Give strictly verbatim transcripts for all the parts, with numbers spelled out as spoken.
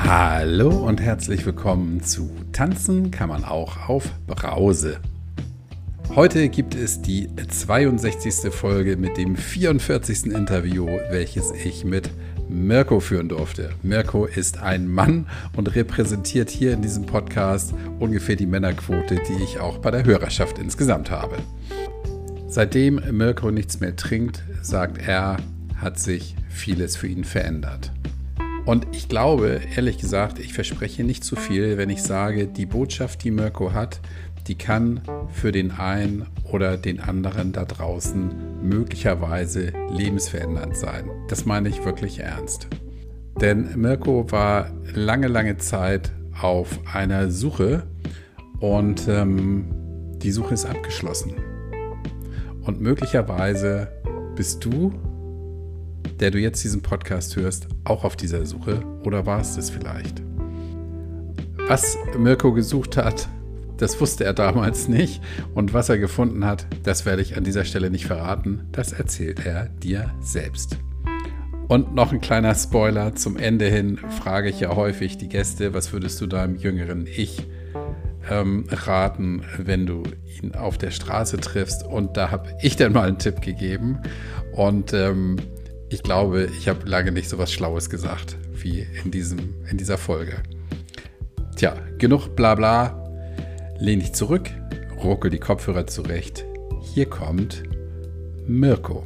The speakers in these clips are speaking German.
Hallo und herzlich willkommen zu Tanzen kann man auch auf Brause. Heute gibt es die zweiundsechzigste Folge mit dem vierundvierzigsten Interview, welches ich mit Mirko führen durfte. Mirko ist ein Mann und repräsentiert hier in diesem Podcast ungefähr die Männerquote, die ich auch bei der Hörerschaft insgesamt habe. Seitdem Mirko nichts mehr trinkt, sagt er, hat sich vieles für ihn verändert. Und ich glaube, ehrlich gesagt, ich verspreche nicht zu viel, wenn ich sage, die Botschaft, die Mirko hat, die kann für den einen oder den anderen da draußen möglicherweise lebensverändernd sein. Das meine ich wirklich ernst. Denn Mirko war lange, lange Zeit auf einer Suche und ähm, die Suche ist abgeschlossen. Und möglicherweise bist du, der du jetzt diesen Podcast hörst, auch auf dieser Suche, oder warst es vielleicht? Was Mirko gesucht hat, das wusste er damals nicht, und was er gefunden hat, das werde ich an dieser Stelle nicht verraten, das erzählt er dir selbst. Und noch ein kleiner Spoiler, zum Ende hin frage ich ja häufig die Gäste, was würdest du deinem jüngeren Ich ähm, raten, wenn du ihn auf der Straße triffst, und da habe ich dann mal einen Tipp gegeben, und ähm, ich glaube, ich habe lange nicht so was Schlaues gesagt wie in, diesem, in dieser Folge. Tja, genug Blabla. Lehn dich zurück, ruckel die Kopfhörer zurecht. Hier kommt Mirko.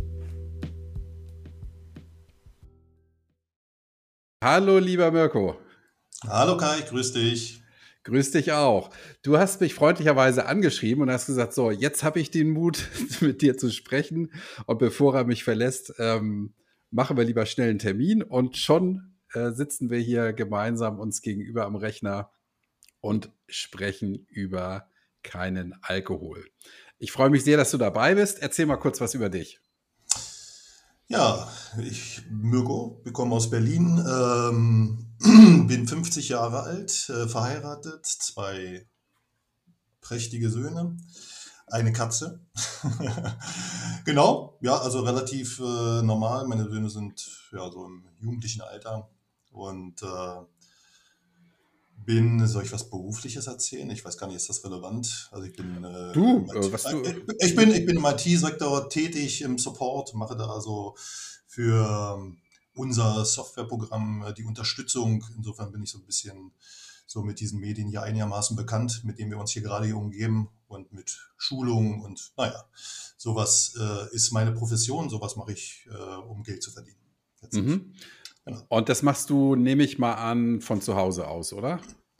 Hallo, lieber Mirko. Hallo Kai, grüß dich. Grüß dich auch. Du hast mich freundlicherweise angeschrieben und hast gesagt, so, jetzt habe ich den Mut, mit dir zu sprechen. Und bevor er mich verlässt, ähm, machen wir lieber schnell einen Termin. Und schon äh, sitzen wir hier gemeinsam uns gegenüber am Rechner und sprechen über keinen Alkohol. Ich freue mich sehr, dass du dabei bist. Erzähl mal kurz was über dich. Ja, ich, Mirko, ich komme aus Berlin, ähm, bin fünfzig Jahre alt, äh, verheiratet, zwei prächtige Söhne, eine Katze. Genau, ja, also relativ äh, normal. Meine Söhne sind ja so im jugendlichen Alter und äh, bin, soll ich was Berufliches erzählen? Ich weiß gar nicht, ist das relevant? Also ich bin, äh, Du, im äh, I T, was du... äh, ich bin, ich bin im I T-Sektor tätig, im Support, mache da also für ähm, unser Softwareprogramm äh, die Unterstützung. Insofern bin ich so ein bisschen so mit diesen Medien hier einigermaßen bekannt, mit denen wir uns hier gerade hier umgeben, und mit Schulungen und naja, sowas äh, ist meine Profession, sowas mache ich, äh, um Geld zu verdienen. Letztlich. Mhm. Genau. Und das machst du, nehme ich mal an, von zu Hause aus, oder?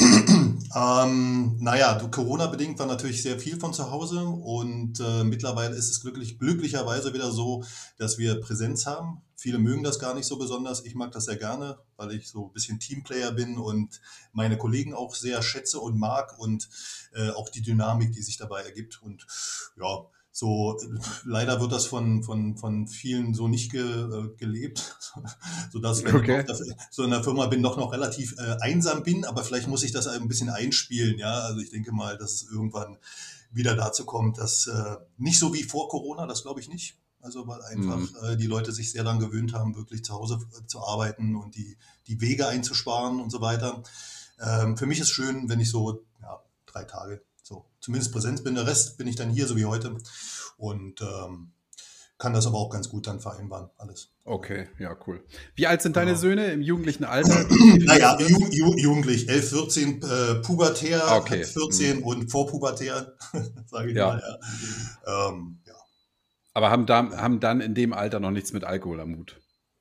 Ähm, naja, du, Corona-bedingt war natürlich sehr viel von zu Hause, und äh, mittlerweile ist es glücklich, glücklicherweise wieder so, dass wir Präsenz haben. Viele mögen das gar nicht so besonders. Ich mag das sehr gerne, weil ich so ein bisschen Teamplayer bin und meine Kollegen auch sehr schätze und mag, und äh, auch die Dynamik, die sich dabei ergibt. Und ja, so äh, leider wird das von, von, von vielen so nicht ge, äh, gelebt, sodass, wenn ich noch Okay. dafür, so in der Firma bin, doch noch relativ äh, einsam bin, aber vielleicht muss ich das ein bisschen einspielen, ja. Also ich denke mal, dass es irgendwann wieder dazu kommt, dass äh, nicht so wie vor Corona, das glaube ich nicht. Also weil einfach Mhm. äh, die Leute sich sehr daran gewöhnt haben, wirklich zu Hause äh, zu arbeiten und die, die Wege einzusparen und so weiter. Ähm, für mich ist schön, wenn ich so ja, drei Tage so zumindest Präsenz bin. Der Rest bin ich dann hier, so wie heute. Und ähm, kann das aber auch ganz gut dann vereinbaren, alles. So, Okay, ja, cool. Wie alt sind deine genau. Söhne im jugendlichen Alter? Wie definierst Naja, du das? ju, ju, jugendlich, elf, vierzehn, äh, Ah, pubertär, hat okay. vierzehn Mhm. und vorpubertär, sage ich mal, Ja. ja. Ähm, ja. Aber haben, da, haben dann in dem Alter noch nichts mit Alkohol am Hut.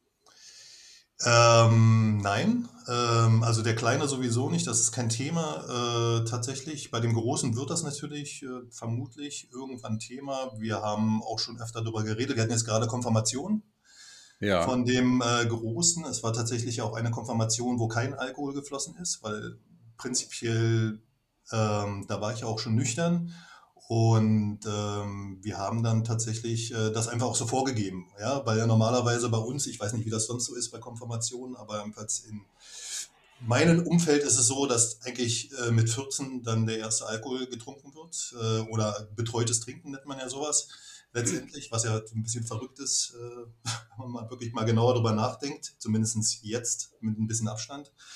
Ähm, nein, ähm, also der Kleine sowieso nicht, das ist kein Thema. Äh, tatsächlich, bei dem Großen wird das natürlich äh, vermutlich irgendwann Thema. Wir haben auch schon öfter darüber geredet. Wir hatten jetzt gerade Konfirmation Ja. von dem äh, Großen. Es war tatsächlich auch eine Konfirmation, wo kein Alkohol geflossen ist, weil prinzipiell, ähm, da war ich auch schon nüchtern. Und ähm, wir haben dann tatsächlich äh, das einfach auch so vorgegeben. Ja, weil ja normalerweise bei uns, ich weiß nicht, wie das sonst so ist bei Konfirmationen, aber jedenfalls in meinem Umfeld ist es so, dass eigentlich äh, mit vierzehn dann der erste Alkohol getrunken wird, äh, oder betreutes Trinken nennt man ja sowas letztendlich, was ja ein bisschen verrückt ist, äh, wenn man mal wirklich mal genauer darüber nachdenkt, zumindest jetzt mit ein bisschen Abstand.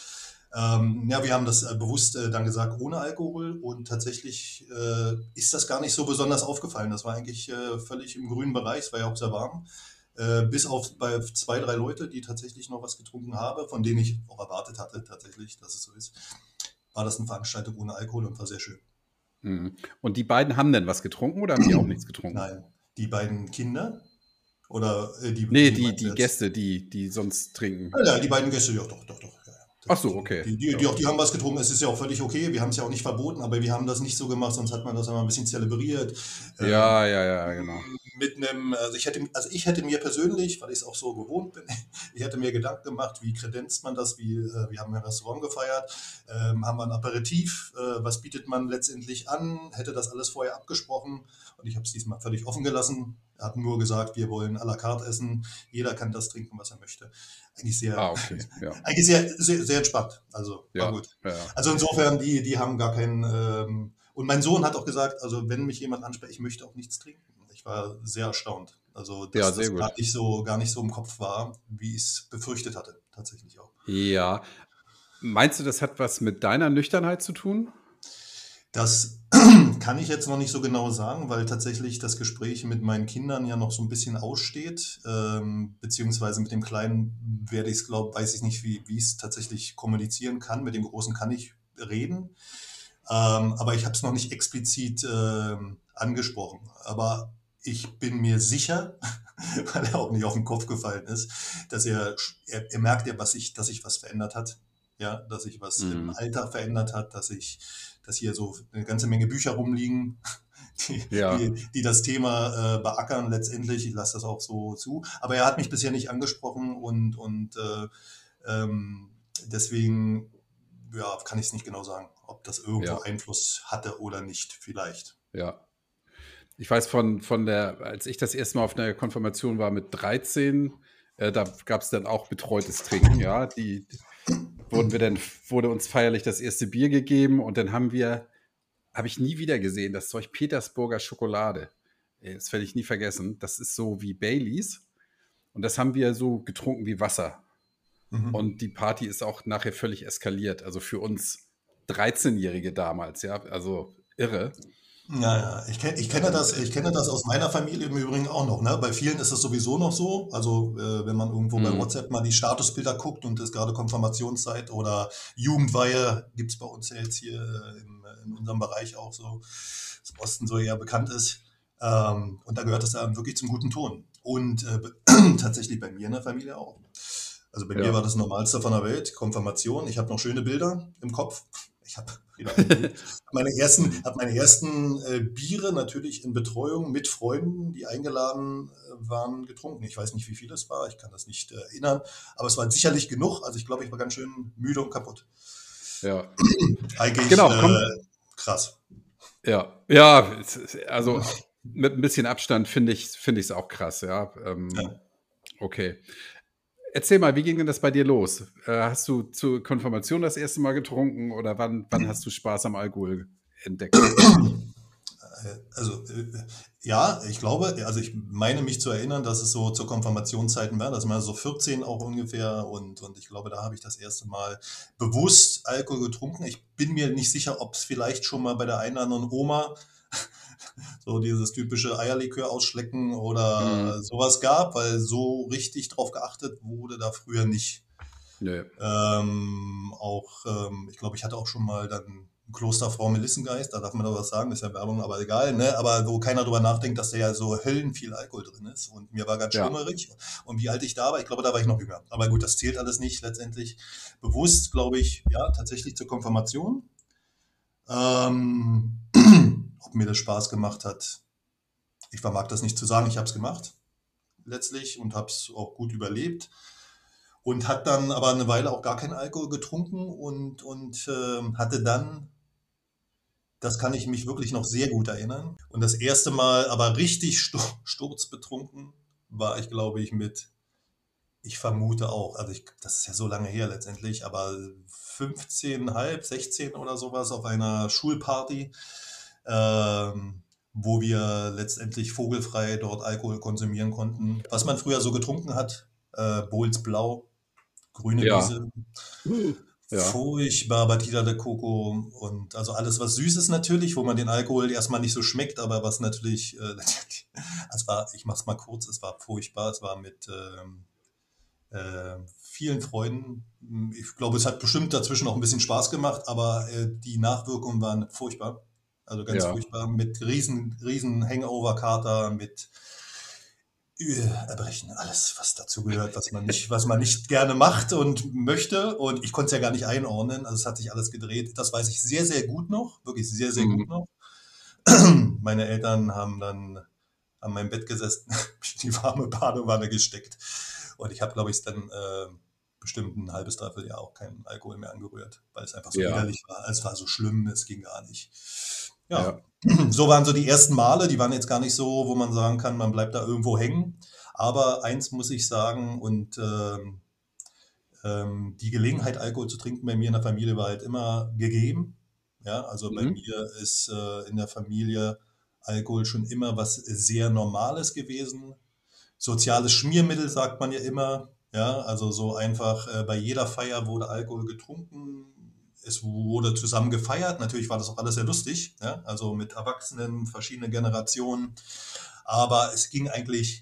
Ähm, ja, wir haben das äh, bewusst äh, dann gesagt ohne Alkohol und tatsächlich äh, ist das gar nicht so besonders aufgefallen. Das war eigentlich äh, völlig im grünen Bereich, es war ja auch sehr warm. Äh, bis auf bei zwei, drei Leute, die tatsächlich noch was getrunken haben, von denen ich auch erwartet hatte, tatsächlich, dass es so ist, war das eine Veranstaltung ohne Alkohol und war sehr schön. Mhm. Und die beiden haben denn was getrunken oder haben die auch nichts getrunken? Nein, die beiden Kinder oder äh, die, Nee, wie die, meinst du die jetzt? Gäste, die, die sonst trinken. Ja, ja, die beiden Gäste, ja, doch, doch, doch. Ja, ja. Ach Das, so, die, okay. die, die, die, Ja. auch, die haben was getrunken, es ist ja auch völlig okay. Wir haben es ja auch nicht verboten, aber wir haben das nicht so gemacht, sonst hat man das immer ein bisschen zelebriert. Ähm, Ja, ja, ja, genau. mit einem, also ich hätte, also ich hätte mir persönlich, weil ich es auch so gewohnt bin, ich hätte mir Gedanken gemacht, wie kredenzt man das, wie, äh, wir haben ein Restaurant gefeiert, ähm, haben wir ein Aperitif, äh, was bietet man letztendlich an, hätte das alles vorher abgesprochen und ich habe es diesmal völlig offen gelassen, wir hatten nur gesagt, wir wollen à la carte essen, jeder kann das trinken, was er möchte. Eigentlich sehr, Ah, okay, ja. eigentlich sehr, sehr, sehr entspannt, also war Ja, gut. ja, ja. Also insofern, die, die haben gar keinen, ähm, und mein Sohn hat auch gesagt, also wenn mich jemand anspricht, ich möchte auch nichts trinken. Ich war sehr erstaunt. Also, Ja, dass sehr das gar gut. nicht so, gar nicht so im Kopf war, wie ich es befürchtet hatte, tatsächlich auch. Ja. Meinst du, das hat was mit deiner Nüchternheit zu tun? Das kann ich jetzt noch nicht so genau sagen, weil tatsächlich das Gespräch mit meinen Kindern ja noch so ein bisschen aussteht. Ähm, beziehungsweise mit dem Kleinen werde ich es, glaube weiß ich nicht, wie, wie ich es tatsächlich kommunizieren kann. Mit dem Großen kann ich reden. Ähm, aber ich habe es noch nicht explizit ähm, angesprochen. Aber ich bin mir sicher, weil er auch nicht auf den Kopf gefallen ist, dass er, er, er merkt ja, was ich, dass sich was verändert hat. Ja, dass sich was im Mhm. Alter verändert hat, dass ich, dass hier so eine ganze Menge Bücher rumliegen, die, Ja, die, die das Thema äh, beackern letztendlich. Ich lasse das auch so zu. Aber er hat mich bisher nicht angesprochen und, und äh, ähm, deswegen ja, kann ich es nicht genau sagen, ob das irgendwo ja, Einfluss hatte oder nicht, vielleicht. ja. Ich weiß von, von der, als ich das erste Mal auf einer Konfirmation war mit dreizehn, äh, da gab es dann auch betreutes Trinken, ja. Die wurden wir dann, wurde uns feierlich das erste Bier gegeben und dann haben wir, habe ich nie wieder gesehen, das Zeug Petersburger Schokolade. Ey, das werde ich nie vergessen. Das ist so wie Baileys und das haben wir so getrunken wie Wasser. Mhm. Und die Party ist auch nachher völlig eskaliert. Also für uns dreizehnjährige damals, ja, also irre. Ja, ja, ich, kenn, ich kenne Und das, äh, ich kenne das aus meiner Familie im Übrigen auch noch. Ne? Bei vielen ist es sowieso noch so. Also äh, wenn man irgendwo bei mh, WhatsApp mal die Statusbilder guckt und es gerade Konfirmationszeit oder Jugendweihe gibt es bei uns ja jetzt hier äh, im, in unserem Bereich auch so, das im Osten so eher bekannt ist. Ähm, und da gehört es dann wirklich zum guten Ton. Und äh, tatsächlich bei mir in der Familie auch. Also bei mir ja. war das Normalste von der Welt, Konfirmation. Ich habe noch schöne Bilder im Kopf. Ich habe wieder ein Bild. Hab meine ersten, hab meine ersten äh, Biere natürlich in Betreuung mit Freunden, die eingeladen äh, waren, getrunken. Ich weiß nicht, wie viel es war, ich kann das nicht äh, erinnern, aber es war sicherlich genug. Also ich glaube, ich war ganz schön müde und kaputt. Ja, Eigentlich genau, äh, komm, krass. ja, ja, es ist- also mit ein bisschen Abstand finde ich finde ich es auch krass, ja. Ähm, Ja. okay. Erzähl mal, wie ging denn das bei dir los? Äh, hast du zur Konfirmation das erste Mal getrunken oder wann, wann hast du Spaß am Alkohol entdeckt? Also äh, ja, ich glaube, also ich meine mich zu erinnern, dass es so zur Konfirmationszeiten war, das war so vierzehn auch ungefähr und, und ich glaube, da habe ich das erste Mal bewusst Alkohol getrunken. Ich bin mir nicht sicher, ob es vielleicht schon mal bei der einen oder anderen Oma so dieses typische Eierlikör ausschlecken oder Mhm. sowas gab, weil so richtig drauf geachtet wurde da früher nicht. Nö. Ähm, auch, ähm, ich glaube, ich hatte auch schon mal dann Klosterfrau Melissengeist, da darf man doch was sagen, ist ja Werbung, aber egal, ne? Aber wo keiner drüber nachdenkt, dass da ja so Höllen viel Alkohol drin ist. Und mir war ganz Ja, schwummerig. Und wie alt ich da war, ich glaube, da war ich noch jünger. Aber gut, das zählt alles nicht letztendlich. Bewusst, glaube ich, ja, tatsächlich zur Konfirmation. Ähm, ob mir das Spaß gemacht hat, ich vermag das nicht zu sagen, ich habe es gemacht letztlich und habe es auch gut überlebt. Und hat dann aber eine Weile auch gar keinen Alkohol getrunken und, und ähm, hatte dann, das kann ich mich wirklich noch sehr gut erinnern. Und das erste Mal aber richtig stu- sturzbetrunken war ich, glaube ich, mit, ich vermute auch, also ich, das ist ja so lange her letztendlich, aber fünfzehn, halb, sechzehn oder sowas auf einer Schulparty, ähm, wo wir letztendlich vogelfrei dort Alkohol konsumieren konnten. Was man früher so getrunken hat, äh, Bohls Blau, grüne ja. Wiese, Uh. Ja, Furchtbar Batida de Coco und also alles, was süß ist natürlich, wo man den Alkohol erstmal nicht so schmeckt, aber was natürlich, äh, es war, ich mach's mal kurz, es war furchtbar, es war mit ähm, äh, vielen Freunden. Ich glaube, es hat bestimmt dazwischen auch ein bisschen Spaß gemacht, aber äh, die Nachwirkungen waren furchtbar. Also ganz ja, furchtbar mit riesen, riesen Hangover-Kater, mit äh, Erbrechen, alles, was dazu gehört, was man nicht, was man nicht gerne macht und möchte. Und ich konnte es ja gar nicht einordnen. Also es hat sich alles gedreht. Das weiß ich sehr, sehr gut noch, wirklich sehr, sehr gut mhm. noch. Meine Eltern haben dann an meinem Bett gesessen, mich in die warme Badewanne gesteckt. Und ich habe, glaube ich, dann äh, bestimmt ein halbes, dreiviertel Jahr auch keinen Alkohol mehr angerührt, weil es einfach so Ja, widerlich war. Es war so schlimm, es ging gar nicht. Ja, ja, so waren so die ersten Male. Die waren jetzt gar nicht so, wo man sagen kann, man bleibt da irgendwo hängen. Aber eins muss ich sagen, und ähm, ähm, die Gelegenheit, Alkohol zu trinken bei mir in der Familie war halt immer gegeben. Ja, also bei mhm. mir ist äh, in der Familie Alkohol schon immer was sehr Normales gewesen. Soziales Schmiermittel sagt man ja immer. Ja, also so einfach äh, bei jeder Feier wurde Alkohol getrunken. Es wurde zusammen gefeiert. Natürlich war das auch alles sehr lustig. Ja, also mit Erwachsenen, verschiedene Generationen. Aber es ging eigentlich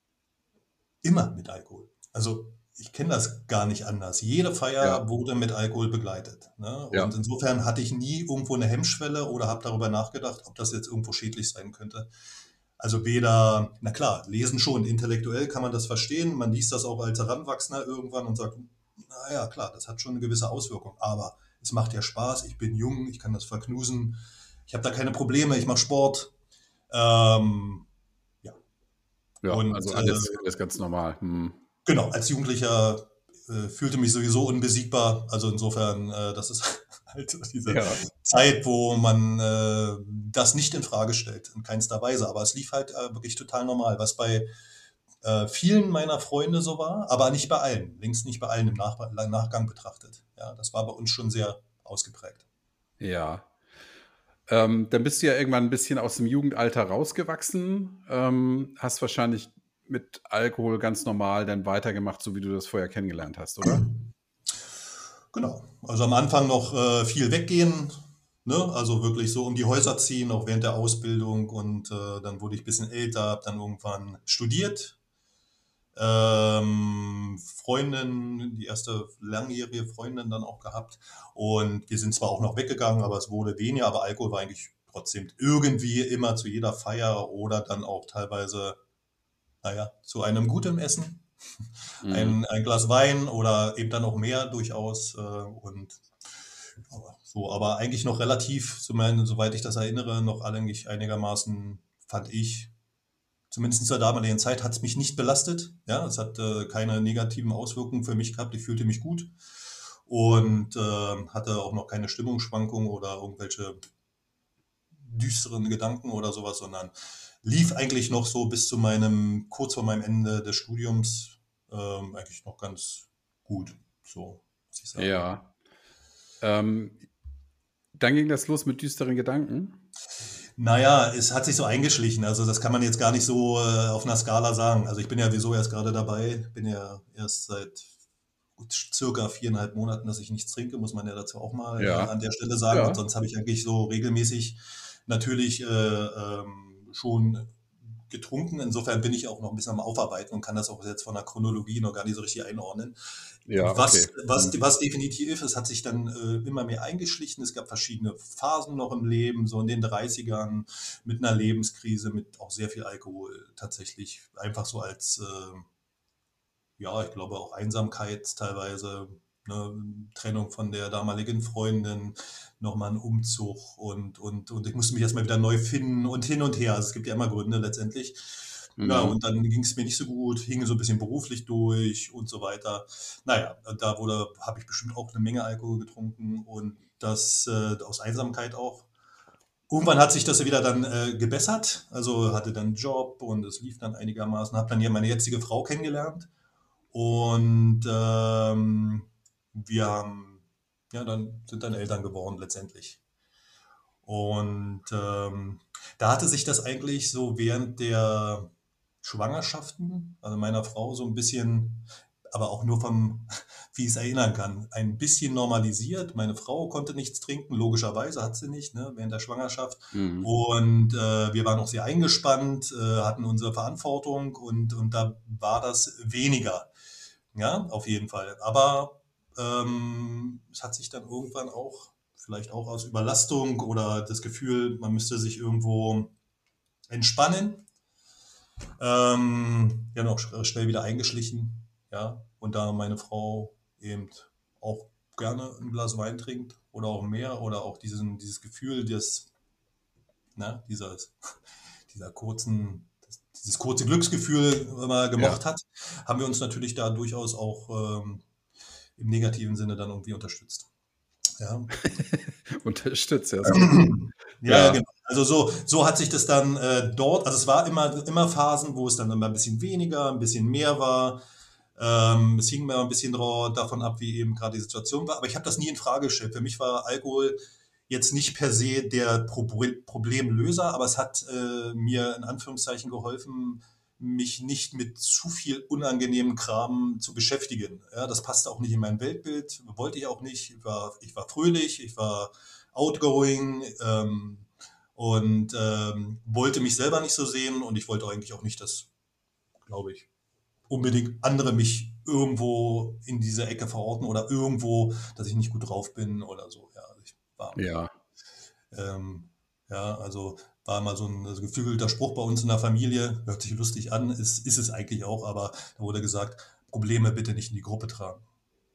immer mit Alkohol. Also ich kenne das gar nicht anders. Jede Ja, Feier wurde mit Alkohol begleitet. Ne? Und ja, insofern hatte ich nie irgendwo eine Hemmschwelle oder habe darüber nachgedacht, ob das jetzt irgendwo schädlich sein könnte. Also weder, na klar, lesen schon, intellektuell kann man das verstehen. Man liest das auch als Heranwachsender irgendwann und sagt, naja, klar, das hat schon eine gewisse Auswirkung. Aber es macht ja Spaß, ich bin jung, ich kann das verknusen, ich habe da keine Probleme, ich mache Sport. Ähm, ja, ja, und also äh, alles, alles ganz normal. Mhm. genau, als Jugendlicher äh, fühlte mich sowieso unbesiegbar. Also insofern, äh, das ist halt so diese Ja, Zeit, wo man äh, das nicht in Frage stellt, in keinster Weise. Aber es lief halt äh, wirklich total normal, was bei äh, vielen meiner Freunde so war, aber nicht bei allen. Längst nicht bei allen im Nach Nachgang betrachtet. Ja, das war bei uns schon sehr ausgeprägt. ja. Ähm, dann bist du ja irgendwann ein bisschen aus dem Jugendalter rausgewachsen, ähm, hast wahrscheinlich mit Alkohol ganz normal dann weitergemacht, so wie du das vorher kennengelernt hast, oder? Genau. Also am Anfang noch äh, viel weggehen, ne? Also wirklich so um die Häuser ziehen, auch während der Ausbildung. Und äh, dann wurde ich ein bisschen älter, habe dann irgendwann studiert. Ähm, Freundin, die erste langjährige Freundin dann auch gehabt. Und wir sind zwar auch noch weggegangen, aber es wurde weniger, aber Alkohol war eigentlich trotzdem irgendwie immer zu jeder Feier oder dann auch teilweise, naja, zu einem guten Essen. Mhm. Ein, ein Glas Wein oder eben dann auch mehr durchaus. Äh, und aber so, aber eigentlich noch relativ, zu meinen, soweit ich das erinnere, noch eigentlich einigermaßen, fand ich, zumindest zur damaligen Zeit, hat es mich nicht belastet. Ja, es hat äh, keine negativen Auswirkungen für mich gehabt. Ich fühlte mich gut und äh, hatte auch noch keine Stimmungsschwankungen oder irgendwelche düsteren Gedanken oder sowas, sondern lief eigentlich noch so bis zu meinem, kurz vor meinem Ende des Studiums, ähm, eigentlich noch ganz gut, so muss ich sagen. Ja. Ähm, dann ging das los mit düsteren Gedanken? Naja, es hat sich so eingeschlichen. Also das kann man jetzt gar nicht so äh, auf einer Skala sagen. Also ich bin ja sowieso erst gerade dabei, bin ja erst seit gut, circa viereinhalb Monaten, dass ich nichts trinke, muss man ja dazu auch mal äh, Ja, an der Stelle sagen. Und ja. sonst habe ich eigentlich so regelmäßig natürlich äh, ähm, schon getrunken. Insofern bin ich auch noch ein bisschen am Aufarbeiten und kann das auch jetzt von der Chronologie noch gar nicht so richtig einordnen. Ja, Was, okay. was, Mhm. was definitiv ist, hat sich dann äh, immer mehr eingeschlichen. Es gab verschiedene Phasen noch im Leben, so in den Dreißigern mit einer Lebenskrise, mit auch sehr viel Alkohol tatsächlich. Einfach so als, äh, ja, ich glaube auch Einsamkeit teilweise, ne, Trennung von der damaligen Freundin, nochmal ein Umzug und, und, und ich musste mich erstmal wieder neu finden und hin und her. Also es gibt ja immer Gründe letztendlich. Ja, Mhm. und dann ging es mir nicht so gut, hing so ein bisschen beruflich durch und so weiter. Naja, da wurde, habe ich bestimmt auch eine Menge Alkohol getrunken und das äh, aus Einsamkeit auch. Irgendwann hat sich das wieder dann äh, gebessert, also hatte dann einen Job und es lief dann einigermaßen, habe dann hier meine jetzige Frau kennengelernt und ähm, wir haben, ja, dann sind dann Eltern geworden letztendlich. Und ähm, da hatte sich das eigentlich so während der Schwangerschaften, also meiner Frau, so ein bisschen. aber auch nur vom, wie ich es erinnern kann, ein bisschen normalisiert. Meine Frau konnte nichts trinken, logischerweise hat sie nicht, ne, während der Schwangerschaft. Mhm. Und äh, wir waren auch sehr eingespannt, äh, hatten unsere Verantwortung und, und da war das weniger. Ja, auf jeden Fall. Aber ähm, es hat sich dann irgendwann auch, vielleicht auch aus Überlastung oder das Gefühl, man müsste sich irgendwo entspannen, ähm, ja noch sch- schnell wieder eingeschlichen. Ja, und da meine Frau eben auch gerne ein Glas Wein trinkt oder auch mehr oder auch diesen, dieses Gefühl des, ne, dieses, dieser kurzen, das, dieses kurze Glücksgefühl immer Ja, gemocht hat, haben wir uns natürlich da durchaus auch ähm, im negativen Sinne dann irgendwie unterstützt. Ja. unterstützt, ja, ist doch gut. Ja, ja, genau. Ja, Also so, so hat sich das dann äh, dort, also es war immer, immer Phasen, wo es dann immer ein bisschen weniger, ein bisschen mehr war. Ähm, es hing mir ein bisschen dra- davon ab, wie eben gerade die Situation war. Aber ich habe das nie in Frage gestellt. Für mich war Alkohol jetzt nicht per se der Pro Problemlöser, aber es hat äh, mir in Anführungszeichen geholfen, mich nicht mit zu viel unangenehmen Kram zu beschäftigen. Ja, das passte auch nicht in mein Weltbild, wollte ich auch nicht. Ich war, ich war fröhlich, ich war outgoing ähm, und ähm, wollte mich selber nicht so sehen und ich wollte eigentlich auch nicht, dass, glaube ich, unbedingt andere mich irgendwo in diese Ecke verorten oder irgendwo, dass ich nicht gut drauf bin oder so. Ja, also ich war, ja. ähm, ja, also war mal so ein, also geflügelter Spruch bei uns in der Familie, hört sich lustig an, ist, ist es eigentlich auch, aber da wurde gesagt, Probleme bitte nicht in die Gruppe tragen.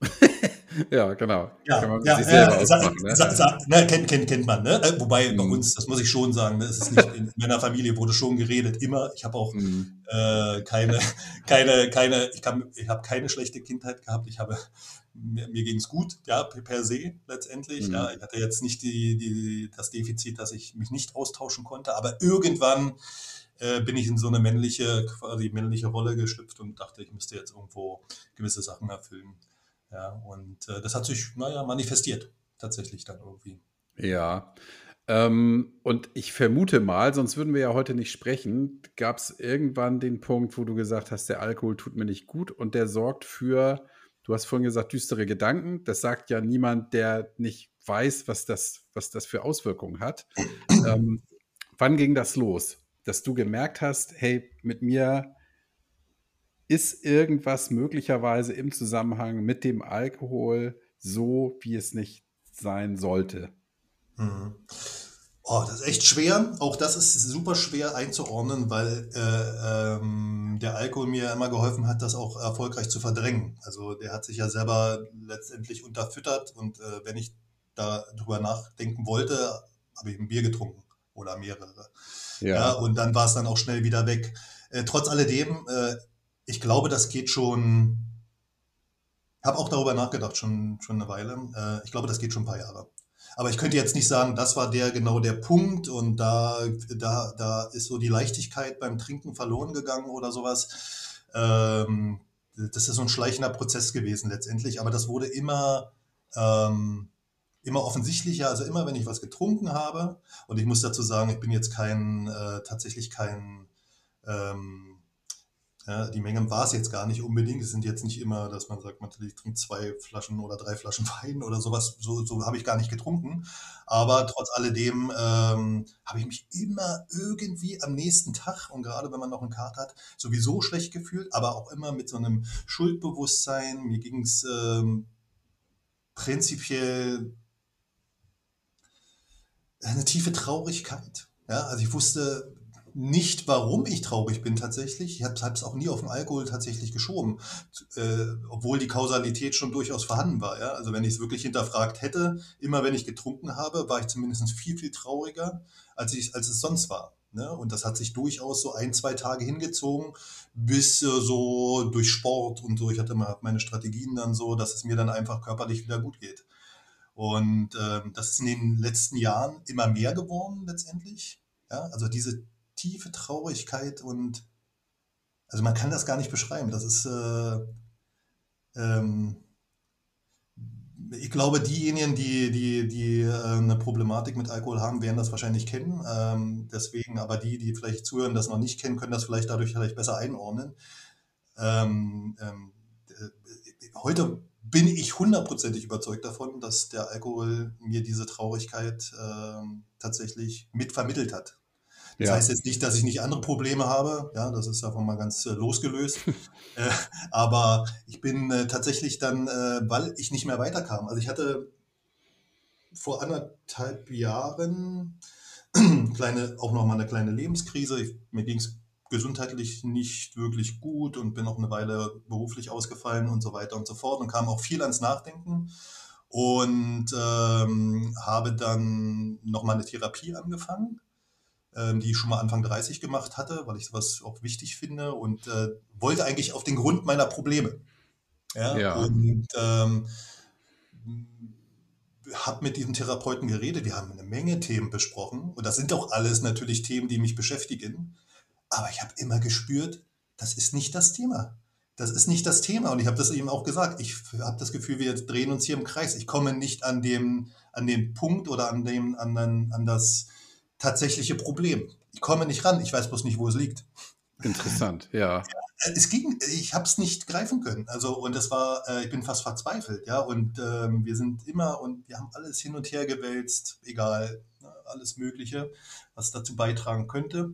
Ja, genau. Kann Ja, man mit sich ja, selber ja, sa, ausmachen, ne? sa, sa, ne, kennt, kennt, kennt man, ne? Äh, Wobei bei Mhm. uns, das muss ich schon sagen, ne, es ist nicht, in meiner Familie wurde schon geredet, immer. Ich habe auch Mhm. äh, keine, keine, keine, ich kann, ich habe keine schlechte Kindheit gehabt. Ich habe, mir, mir ging es gut, ja, per per se letztendlich. Ja, Mhm. ich hatte jetzt nicht die, die, das Defizit, dass ich mich nicht austauschen konnte, aber irgendwann äh, bin ich in so eine männliche, quasi männliche Rolle geschlüpft und dachte, ich müsste jetzt irgendwo gewisse Sachen erfüllen. Ja, und äh, das hat sich, naja, manifestiert, tatsächlich dann irgendwie. Ja. Ähm, und ich vermute mal, sonst würden wir ja heute nicht sprechen, gab es irgendwann den Punkt, wo du gesagt hast, der Alkohol tut mir nicht gut und der sorgt für, du hast vorhin gesagt, düstere Gedanken. Das sagt ja niemand, der nicht weiß, was das, was das für Auswirkungen hat. Ähm, wann ging das los, dass du gemerkt hast, hey, mit mir ist irgendwas möglicherweise im Zusammenhang mit dem Alkohol so, wie es nicht sein sollte? Mhm. Oh, das ist echt schwer. Auch das ist super schwer einzuordnen, weil äh, ähm, der Alkohol mir immer geholfen hat, das auch erfolgreich zu verdrängen. Also der hat sich ja selber letztendlich unterfüttert und äh, wenn ich da drüber nachdenken wollte, habe ich ein Bier getrunken oder mehrere. Ja, Ja. und dann war es dann auch schnell wieder weg. Äh, trotz alledem, äh, ich glaube, das geht schon, habe auch darüber nachgedacht, schon, schon eine Weile. Äh, ich glaube, das geht schon ein paar Jahre. Aber ich könnte jetzt nicht sagen, das war der genau der Punkt und da, da, da ist so die Leichtigkeit beim Trinken verloren gegangen oder sowas. Ähm, Das ist so ein schleichender Prozess gewesen letztendlich, aber das wurde immer, ähm, immer offensichtlicher. Also immer, wenn ich was getrunken habe, und ich muss dazu sagen, ich bin jetzt kein, äh, tatsächlich kein, ähm, ja, die Menge war es jetzt gar nicht unbedingt. Es sind jetzt nicht immer, dass man sagt, man trinkt zwei Flaschen oder drei Flaschen Wein oder sowas. So, so habe ich gar nicht getrunken. Aber trotz alledem ähm, habe ich mich immer irgendwie am nächsten Tag und gerade wenn man noch einen Kater hat, sowieso schlecht gefühlt, aber auch immer mit so einem Schuldbewusstsein. Mir ging es ähm, prinzipiell eine tiefe Traurigkeit. Ja, also ich wusste nicht, warum ich traurig bin tatsächlich. Ich habe es auch nie auf den Alkohol tatsächlich geschoben, äh, obwohl die Kausalität schon durchaus vorhanden war. Ja? Also wenn ich es wirklich hinterfragt hätte, immer wenn ich getrunken habe, war ich zumindest viel, viel trauriger, als, ich, als es sonst war. Ne? Und das hat sich durchaus so ein, zwei Tage hingezogen, bis äh, so durch Sport und so, ich hatte mal meine Strategien dann so, dass es mir dann einfach körperlich wieder gut geht. Und ähm, das ist in den letzten Jahren immer mehr geworden letztendlich. Ja, also diese tiefe Traurigkeit und also man kann das gar nicht beschreiben. Das ist, äh, ähm, ich glaube, diejenigen, die, die, die äh, eine Problematik mit Alkohol haben, werden das wahrscheinlich kennen. Ähm, deswegen, aber die, die vielleicht zuhören, das noch nicht kennen, können das vielleicht dadurch vielleicht besser einordnen. Ähm, ähm, heute bin ich hundertprozentig überzeugt davon, dass der Alkohol mir diese Traurigkeit ähm, tatsächlich mit vermittelt hat. Das Ja, heißt jetzt nicht, dass ich nicht andere Probleme habe, ja, das ist davon mal ganz äh, losgelöst. Äh, aber ich bin äh, tatsächlich dann, äh, weil ich nicht mehr weiterkam. Also ich hatte vor anderthalb Jahren kleine, auch nochmal eine kleine Lebenskrise. Ich, mir ging es gesundheitlich nicht wirklich gut und bin auch eine Weile beruflich ausgefallen und so weiter und so fort und kam auch viel ans Nachdenken und ähm, habe dann nochmal eine Therapie angefangen, ähm, die ich schon mal Anfang dreißig gemacht hatte, weil ich sowas auch wichtig finde und äh, wollte eigentlich auf den Grund meiner Probleme. Ja, ja, und ähm, habe mit diesem Therapeuten geredet. Wir haben eine Menge Themen besprochen und das sind auch alles natürlich Themen, die mich beschäftigen. Aber ich habe immer gespürt, das ist nicht das Thema. Das ist nicht das Thema. Und ich habe das eben auch gesagt. Ich habe das Gefühl, wir drehen uns hier im Kreis. Ich komme nicht an dem, an den Punkt oder an, dem, an, den, an das tatsächliche Problem. Ich komme nicht ran. Ich weiß bloß nicht, wo es liegt. interessant, ja. Äh, Es ging, ich habe es nicht greifen können. Also, und das war, äh, ich bin fast verzweifelt, ja. Und ähm, wir sind immer und wir haben alles hin und her gewälzt, egal, ne, alles Mögliche, was dazu beitragen könnte.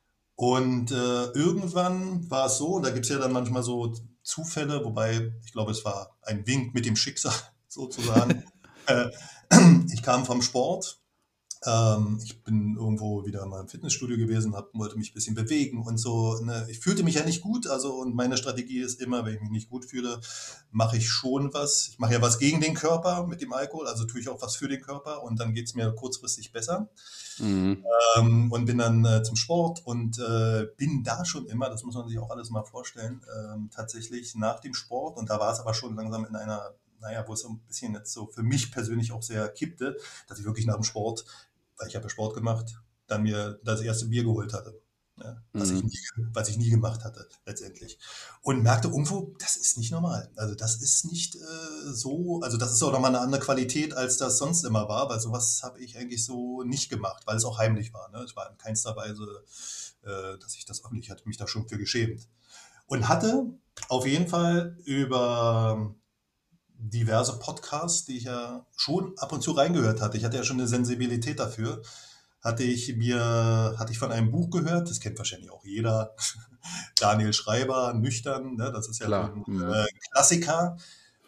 Und äh, irgendwann war es so, und da gibt es ja dann manchmal so Zufälle, wobei ich glaube, es war ein Wink mit dem Schicksal sozusagen. Äh, ich kam vom Sport. Ähm, ich bin irgendwo wieder mal im Fitnessstudio gewesen, hab, wollte mich ein bisschen bewegen und so. Ne? Ich fühlte mich ja nicht gut, also und meine Strategie ist immer, wenn ich mich nicht gut fühle, mache ich schon was. Ich mache ja was gegen den Körper mit dem Alkohol, also tue ich auch was für den Körper und dann geht es mir kurzfristig besser. Mhm. Ähm, und bin dann äh, zum Sport und äh, bin da schon immer, das muss man sich auch alles mal vorstellen, ähm, tatsächlich nach dem Sport. Und da war es aber schon langsam in einer, naja, wo es so ein bisschen jetzt so für mich persönlich auch sehr kippte, dass ich wirklich nach dem Sport, weil ich habe ja Sport gemacht, dann mir das erste Bier geholt hatte. Ja, was ich Mhm. nie, was ich nie gemacht hatte, letztendlich. Und merkte irgendwo, das ist nicht normal. Also das ist nicht äh, so, also das ist auch nochmal eine andere Qualität, als das sonst immer war, weil sowas habe ich eigentlich so nicht gemacht, weil es auch heimlich war. Ne? Es war in keinster Weise, äh, dass ich das auch nicht, hatte mich da schon für geschämt. Und hatte auf jeden Fall über diverse Podcasts, die ich ja schon ab und zu reingehört hatte. Ich hatte ja schon eine Sensibilität dafür. Hatte ich mir, hatte ich von einem Buch gehört, das kennt wahrscheinlich auch jeder, Daniel Schreiber, Nüchtern, ne? Das ist ja so Klar. ein Mhm. äh, Klassiker.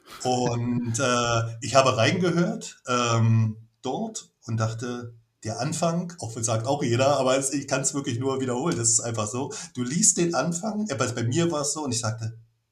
Und äh, ich habe reingehört ähm, dort und dachte, der Anfang, auch sagt auch jeder, aber es, ich kann es wirklich nur wiederholen, das ist einfach so. Du liest den Anfang, äh, bei, bei mir war es so und ich sagte,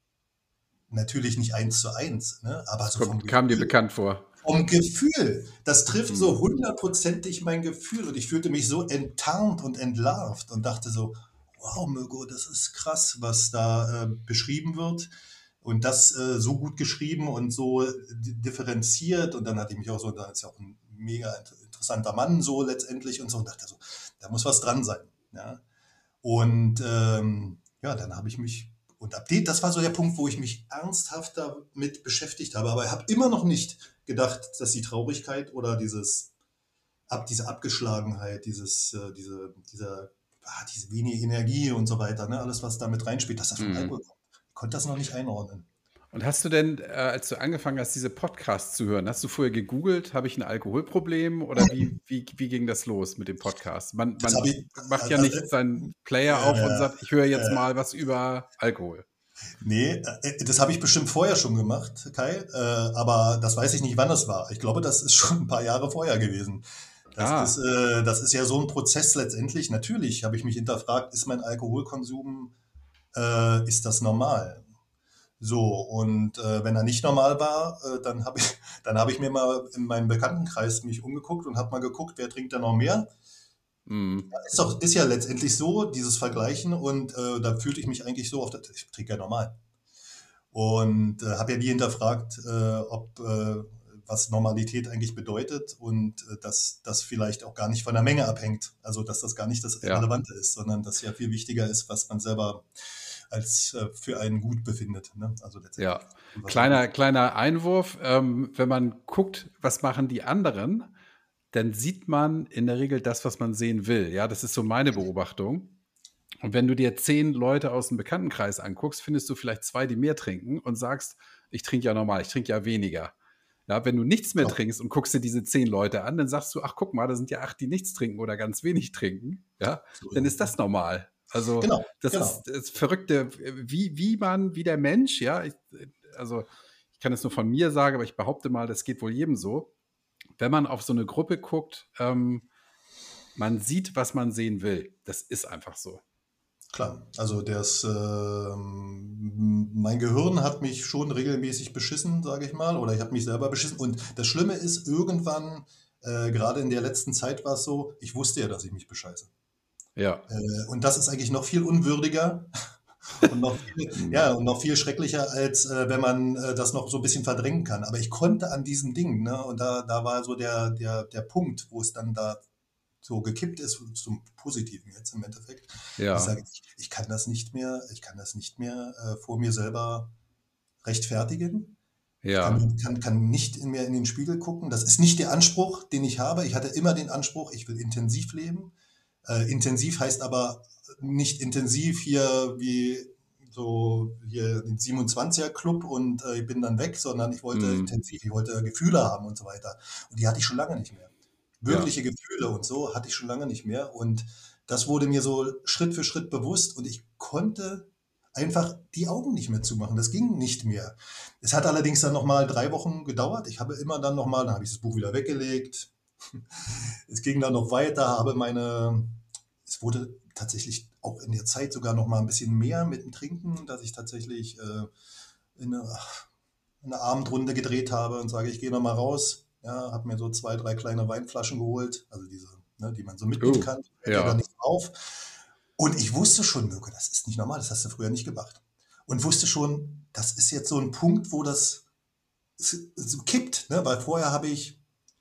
natürlich nicht eins zu eins, ne? Aber so vom Kommt, kam dir Gefühl, bekannt vor. vom Gefühl, das trifft so Mhm. hundertprozentig mein Gefühl und ich fühlte mich so enttarnt und entlarvt und dachte so, wow, Mirko, das ist krass, was da äh, beschrieben wird und das äh, so gut geschrieben und so äh, differenziert und dann hatte ich mich auch so, da ist ja auch ein mega int- interessanter Mann so letztendlich und so und dachte so, da muss was dran sein, ja. Und ähm, ja, dann habe ich mich, und ab dem, das war so der Punkt, wo ich mich ernsthaft damit beschäftigt habe, aber ich habe immer noch nicht gedacht, dass die Traurigkeit oder dieses, ab, diese Abgeschlagenheit, dieses, äh, diese, dieser, ah, diese wenige Energie und so weiter, ne, alles, was da mit reinspielt, dass das vom Mhm. Alkohol kommt. Ich konnte das noch nicht einordnen. Und hast du denn, äh, als du angefangen hast, diese Podcasts zu hören, hast du vorher gegoogelt, habe ich ein Alkoholproblem oder wie, wie, wie ging das los mit dem Podcast? Man, Das habe man ich, macht ja also, nicht äh, seinen Player auf und äh, sagt, ich höre jetzt äh, mal was über Alkohol. nee, äh, das habe ich bestimmt vorher schon gemacht, Kai, äh, aber das weiß ich nicht, wann das war. Ich glaube, das ist schon ein paar Jahre vorher gewesen. Das ist, Ah, äh, das ist ja so ein Prozess letztendlich. Natürlich habe ich mich hinterfragt, ist mein Alkoholkonsum, äh, ist das normal? So, und äh, wenn er nicht normal war, äh, dann habe ich, dann habe ich mir mal in meinem Bekanntenkreis mich umgeguckt und habe mal geguckt, wer trinkt da noch mehr. mhm. Ist doch, ist ja letztendlich so, dieses Vergleichen und äh, da fühlte ich mich eigentlich so auf der, ich trinke ja normal. Und äh, habe ja nie hinterfragt, äh, ob äh, was Normalität eigentlich bedeutet und äh, dass das vielleicht auch gar nicht von der Menge abhängt. Also dass das gar nicht das Ja, Relevante ist, sondern dass ja viel wichtiger ist, was man selber als äh, für einen gut befindet. Ne? Also letztendlich, ja. was auch Kleiner, wichtig kleiner Einwurf, ähm, wenn man guckt, was machen die anderen, dann sieht man in der Regel das, was man sehen will. Ja, das ist so meine Beobachtung. Und wenn du dir zehn Leute aus dem Bekanntenkreis anguckst, findest du vielleicht zwei, die mehr trinken und sagst, ich trinke ja normal, ich trinke ja weniger. Ja, wenn du nichts mehr Genau. trinkst und guckst dir diese zehn Leute an, dann sagst du, ach guck mal, da sind ja acht, die nichts trinken oder ganz wenig trinken. Ja, So dann ist ist es. das normal. Also Genau, das ist genau. das Verrückte, wie, wie man, wie der Mensch, ja, ich, also ich kann es nur von mir sagen, aber ich behaupte mal, das geht wohl jedem so. Wenn man auf so eine Gruppe guckt, ähm, man sieht, was man sehen will. Das ist einfach so. Klar, also das, ähm, mein Gehirn hat mich schon regelmäßig beschissen, sage ich mal, oder ich habe mich selber beschissen. Und das Schlimme ist, irgendwann, äh, gerade in der letzten Zeit war es so, ich wusste ja, dass ich mich bescheiße. Ja. Äh, und das ist eigentlich noch viel unwürdiger und noch viel, Hm. ja, und noch viel schrecklicher, als äh, wenn man äh, das noch so ein bisschen verdrängen kann. Aber ich konnte an diesem Ding, ne? Und da, da war so der, der, der Punkt, wo es dann da so gekippt ist zum Positiven jetzt im Endeffekt. Ich Ja, sage, ich, ich kann das nicht mehr, ich kann das nicht mehr äh, vor mir selber rechtfertigen. Ich ja, kann, kann, kann nicht in mehr in den Spiegel gucken. Das ist nicht der Anspruch, den ich habe. Ich hatte immer den Anspruch, ich will intensiv leben. Äh, intensiv heißt aber nicht intensiv hier wie so hier den siebenundzwanziger Club und äh, ich bin dann weg, sondern ich wollte hm, intensiv, ich wollte Gefühle haben und so weiter. Und die hatte ich schon lange nicht mehr. ja, Wirkliche Gefühle und so hatte ich schon lange nicht mehr. Und das wurde mir so Schritt für Schritt bewusst und ich konnte einfach die Augen nicht mehr zumachen. Das ging nicht mehr. Es hat allerdings dann nochmal drei Wochen gedauert. Ich habe immer dann nochmal, dann habe ich das Buch wieder weggelegt. Es ging dann noch weiter, habe meine, es wurde tatsächlich auch in der Zeit sogar nochmal ein bisschen mehr mit dem Trinken, dass ich tatsächlich äh, in eine, eine Abendrunde gedreht habe und sage, ich gehe nochmal raus. Ja, habe mir so zwei, drei kleine Weinflaschen geholt, also diese, ne, die man so mitnehmen oh, kann. Hört ja dann ja, nicht auf. Und ich wusste schon, Mirko, das ist nicht normal, das hast du früher nicht gemacht. Und wusste schon, das ist jetzt so ein Punkt, wo das so kippt, ne? Weil vorher habe ich,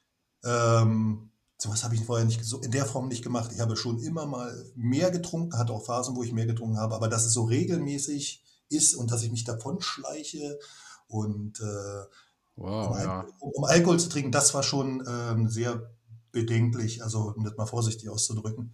ähm, sowas habe ich vorher nicht so in der Form nicht gemacht. Ich habe schon immer mal mehr getrunken, hatte auch Phasen, wo ich mehr getrunken habe, aber dass es so regelmäßig ist und dass ich mich davon schleiche und äh, um, wow, Al ja. um, um Alkohol zu trinken, das war schon ähm, sehr bedenklich, also um das mal vorsichtig auszudrücken.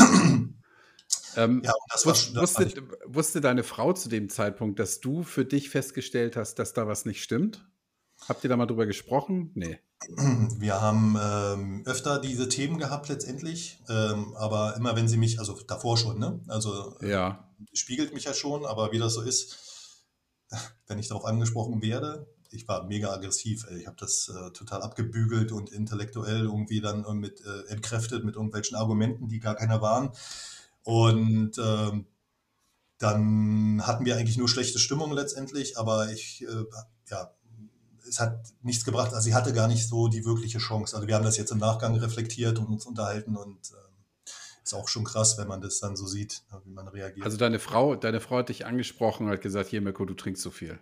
Ähm, Ja, und das war wus schon, das fand wusste, ich, wusste deine Frau zu dem Zeitpunkt, dass du für dich festgestellt hast, dass da was nicht stimmt? Habt ihr da mal drüber gesprochen? Nee. wir haben ähm, öfter diese Themen gehabt letztendlich, ähm, aber immer wenn sie mich, also davor schon, ne? Also Ja, äh, spiegelt mich ja schon, aber wie das so ist, wenn ich darauf angesprochen werde, ich war mega aggressiv, ey. Ich habe das äh, total abgebügelt und intellektuell irgendwie dann äh, mit äh, entkräftet mit irgendwelchen Argumenten, die gar keine waren. Und ähm, dann hatten wir eigentlich nur schlechte Stimmung letztendlich, aber ich, äh, ja, es hat nichts gebracht. Also sie hatte gar nicht so die wirkliche Chance. Also wir haben das jetzt im Nachgang reflektiert und uns unterhalten und ähm, ist auch schon krass, wenn man das dann so sieht, ne, wie man also reagiert. deine Frau, deine Frau hat dich angesprochen und hat gesagt, hier Mirko, du trinkst zu viel.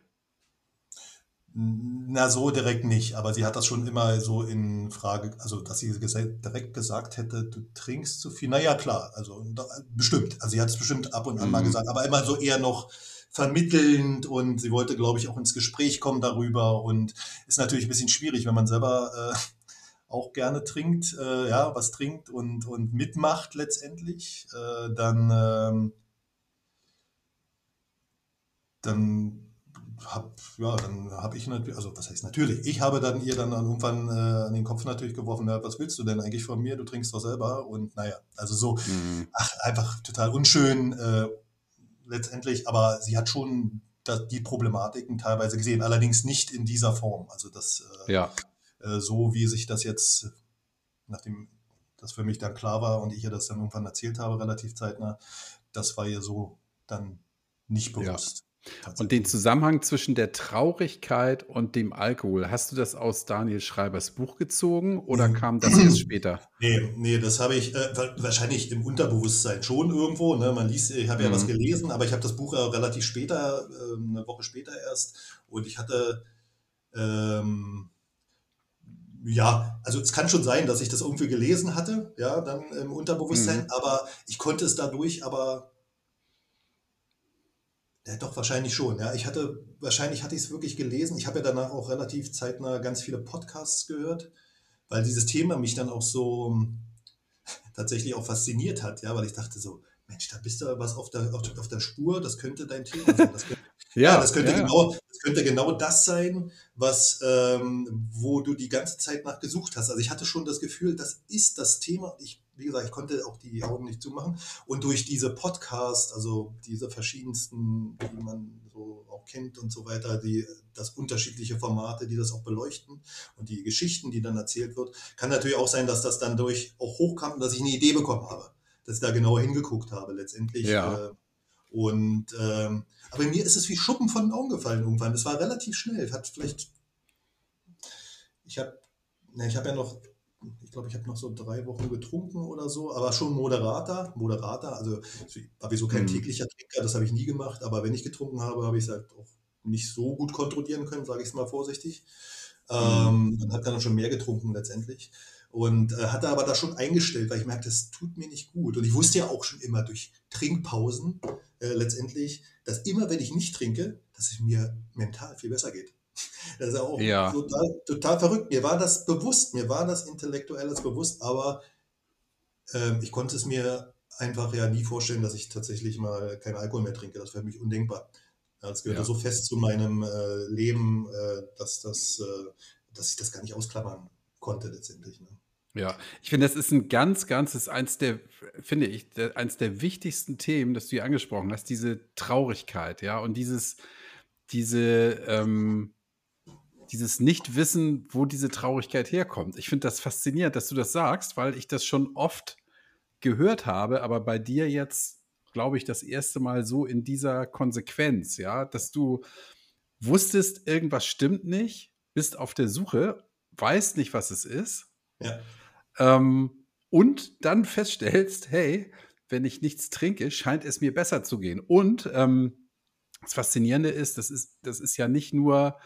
Na, so direkt nicht, aber sie hat das schon immer so in Frage, also dass sie gesa- direkt gesagt hätte, du trinkst zu viel. Na ja, klar, also da, bestimmt. Also sie hat es bestimmt ab und an mal Mhm. gesagt, aber immer so eher noch vermittelnd und sie wollte, glaube ich, auch ins Gespräch kommen darüber und ist natürlich ein bisschen schwierig, wenn man selber äh, auch gerne trinkt, äh, ja, was trinkt und, und mitmacht letztendlich, äh, dann, ähm, dann habe ja, dann habe ich natürlich, also was heißt natürlich, ich habe dann ihr dann irgendwann äh, an den Kopf natürlich geworfen, ja, was willst du denn eigentlich von mir? Du trinkst doch selber und naja, also so, Mhm. ach, einfach total unschön äh, letztendlich, aber sie hat schon das, die Problematiken teilweise gesehen, allerdings nicht in dieser Form. Also das Ja. äh, äh, so, wie sich das jetzt, nachdem das für mich dann klar war und ich ihr das dann irgendwann erzählt habe, relativ zeitnah, das war ihr so dann nicht Ja. bewusst, Und den tatsächlich. Zusammenhang zwischen der Traurigkeit und dem Alkohol, hast du das aus Daniel Schreibers Buch gezogen oder Mhm. kam das erst später? Ne, ne, das habe ich, äh, wa wahrscheinlich im Unterbewusstsein schon irgendwo, ne? Man liest ich habe ja was Mhm. gelesen, aber ich habe das Buch ja relativ später, ähm, 'ne Woche später erst und ich hatte, ähm ja, also es kann schon sein, dass ich das irgendwie gelesen hatte, ja, dann im Unterbewusstsein, Mhm. aber ich konnte es dadurch aber ja, doch wahrscheinlich schon, ja. Ich hatte wahrscheinlich hatte ich's wirklich gelesen. Ich habe ja danach auch relativ zeitnah ganz viele Podcasts gehört, weil dieses Thema mich dann auch so tatsächlich auch fasziniert hat, ja, weil ich dachte so, Mensch, da bist du was auf der, auf, auf der Spur, das könnte dein Thema sein. Das könnte, ja, das Ja, könnte ja, ja. genau, das könnte genau das sein, was, ähm, wo du die ganze Zeit nach gesucht hast. Also ich hatte schon das Gefühl, das ist das Thema. Ich, wie gesagt, ich konnte auch die Augen nicht zumachen. Und durch diese Podcast, also diese verschiedensten, die man so auch kennt und so weiter, die, das unterschiedliche Formate, die das auch beleuchten und die Geschichten, die dann erzählt wird, kann natürlich auch sein, dass das dann durch auch hochkam und dass ich eine Idee bekommen habe, dass ich da genauer hingeguckt habe letztendlich. Ja, Äh, und ähm, aber mir ist es wie Schuppen von den Augen gefallen irgendwann. Das war relativ schnell. Hat vielleicht, ich habe, ne, ich habe ja noch, ich glaube, ich habe noch so drei Wochen getrunken oder so, aber schon moderater, moderater. Also habe ich so kein hm, täglicher Trinker, das habe ich nie gemacht. Aber wenn ich getrunken habe, habe ich es halt auch nicht so gut kontrollieren können, sage ich es mal vorsichtig. hm, Ähm, und habe dann schon mehr getrunken letztendlich. Und äh, hatte aber da schon eingestellt, weil ich merkte, das tut mir nicht gut. Und ich wusste ja auch schon immer durch Trinkpausen äh, letztendlich, dass immer, wenn ich nicht trinke, dass es mir mental viel besser geht. Das ist ja auch ja, total, total verrückt. Mir war das bewusst, mir war das Intellektuelles bewusst, aber ähm, ich konnte es mir einfach ja nie vorstellen, dass ich tatsächlich mal keinen Alkohol mehr trinke. Das wäre für mich undenkbar. Ja, das gehörte ja. so fest zu meinem äh, Leben, äh, dass, das, äh, dass ich das gar nicht ausklammern konnte letztendlich. Ne? Ja, ich finde, das ist ein ganz, ganz ist eins der finde ich, der eins der wichtigsten Themen, das du hier angesprochen hast, diese Traurigkeit, ja, und dieses diese, ähm dieses Nichtwissen, wo diese Traurigkeit herkommt. Ich finde das faszinierend, dass du das sagst, weil ich das schon oft gehört habe, aber bei dir jetzt, glaube ich, das erste Mal so in dieser Konsequenz, ja, dass du wusstest, irgendwas stimmt nicht, bist auf der Suche, weißt nicht, was es ist, Ja, ähm, und dann feststellst, hey, wenn ich nichts trinke, scheint es mir besser zu gehen. Und ähm, das Faszinierende ist, das ist, das ist ja nicht nur,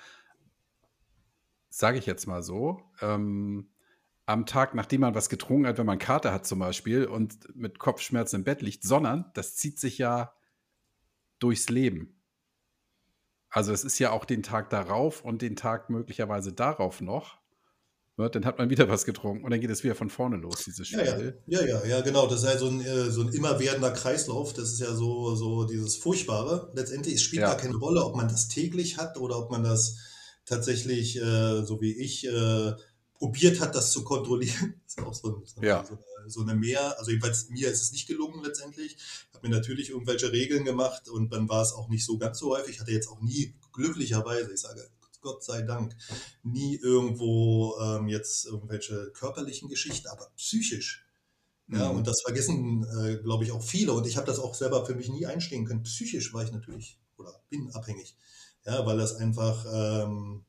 sage ich jetzt mal so, ähm, am Tag, nachdem man was getrunken hat, wenn man Kater hat zum Beispiel und mit Kopfschmerzen im Bett liegt, sondern das zieht sich ja durchs Leben. Also es ist ja auch den Tag darauf und den Tag möglicherweise darauf noch. Ne? Dann hat man wieder was getrunken und dann geht es wieder von vorne los, dieses ja, ja, Spiel. ja, ja, ja, genau. Das ist halt so ein, äh, so ein immerwährender Kreislauf. Das ist ja so, so dieses Furchtbare. Letztendlich, es spielt gar Ja, keine Rolle, ob man das täglich hat oder ob man das tatsächlich, äh, so wie ich, äh, probiert hat, das zu kontrollieren. Das ist auch so, ein- so, eine, ja, so, eine, so eine Mehr. Also jedenfalls mir ist es nicht gelungen letztendlich. Ich habe mir natürlich irgendwelche Regeln gemacht und dann war es auch nicht so ganz so häufig. Ich hatte jetzt auch nie, glücklicherweise, ich sage Gott sei Dank, nie irgendwo ähm, jetzt irgendwelche körperlichen Geschichten, aber psychisch. Ja, und mhm. das vergessen, äh, glaube ich, auch viele. Und ich habe das auch selber für mich nie einstehen können. Psychisch war ich natürlich oder bin abhängig. Ja, weil das einfach, ähm,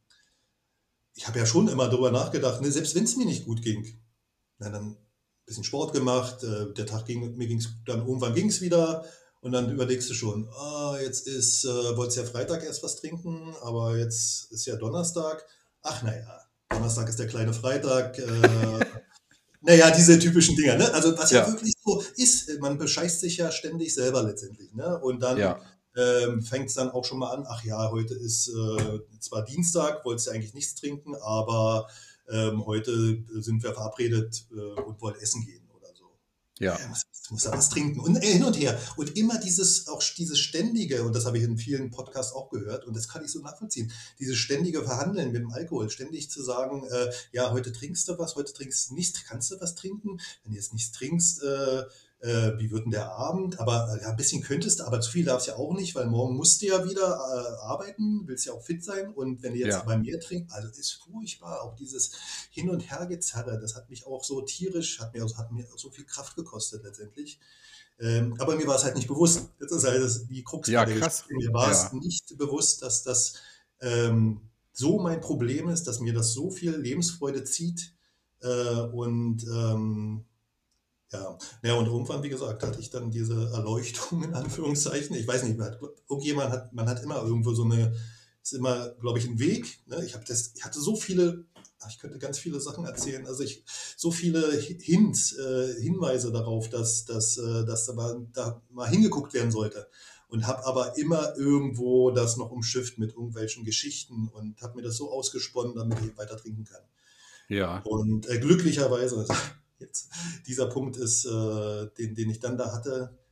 ich habe ja schon immer darüber nachgedacht, ne, selbst wenn es mir nicht gut ging, na, dann ein bisschen Sport gemacht, äh, der Tag ging, mir ging es dann irgendwann ging es wieder und dann überlegst du schon, ah, jetzt ist, äh, wolltest ja Freitag erst was trinken, aber jetzt ist ja Donnerstag. Ach naja, Donnerstag ist der kleine Freitag, äh, naja, diese typischen Dinger, ne? Also was ja Ja, wirklich so ist, man bescheißt sich ja ständig selber letztendlich, ne? Und dann ja, ähm, fängt es dann auch schon mal an, ach ja, heute ist äh, zwar Dienstag, wolltest ja eigentlich nichts trinken, aber ähm, heute sind wir verabredet äh, und wollen essen gehen oder so. Ja, ja, ja, muss, muss da was trinken und äh, hin und her. Und immer dieses, auch dieses ständige, und das habe ich in vielen Podcasts auch gehört, und das kann ich so nachvollziehen, dieses ständige Verhandeln mit dem Alkohol, ständig zu sagen, äh, ja, heute trinkst du was, heute trinkst du nichts, kannst du was trinken? Wenn du jetzt nichts trinkst, äh, äh, wie wird denn der Abend? Aber äh, ja, ein bisschen könntest du, aber zu viel darfst du ja auch nicht, weil morgen musst du ja wieder äh, arbeiten, willst ja auch fit sein. Und wenn du jetzt ja, bei mir trinkst, also ist furchtbar, auch dieses Hin- und Hergezerre, das hat mich auch so tierisch, hat mir, hat mir so viel Kraft gekostet letztendlich. Ähm, aber mir war es halt nicht bewusst. Das ist halt das, die Krux bei ja, der krass. Geschichte. Mir war es Ja, nicht bewusst, dass das ähm, so mein Problem ist, dass mir das so viel Lebensfreude zieht. Äh, und ähm, ja, ja, und irgendwann, wie gesagt, hatte ich dann diese Erleuchtung in Anführungszeichen. Ich weiß nicht, man hat, irgendjemand hat, man hat immer irgendwo so eine, ist immer, glaube ich, ein Weg. Ne? Ich habe das, ich hatte so viele, ach, ich könnte ganz viele Sachen erzählen. Also ich, so viele Hints, äh, Hinweise darauf, dass, dass, äh, dass da, mal, da mal hingeguckt werden sollte. Und habe aber immer irgendwo das noch umschifft mit irgendwelchen Geschichten und habe mir das so ausgesponnen, damit ich weiter trinken kann. ja, Und äh, glücklicherweise, also jetzt, dieser Punkt ist, äh, den, den ich dann da hatte,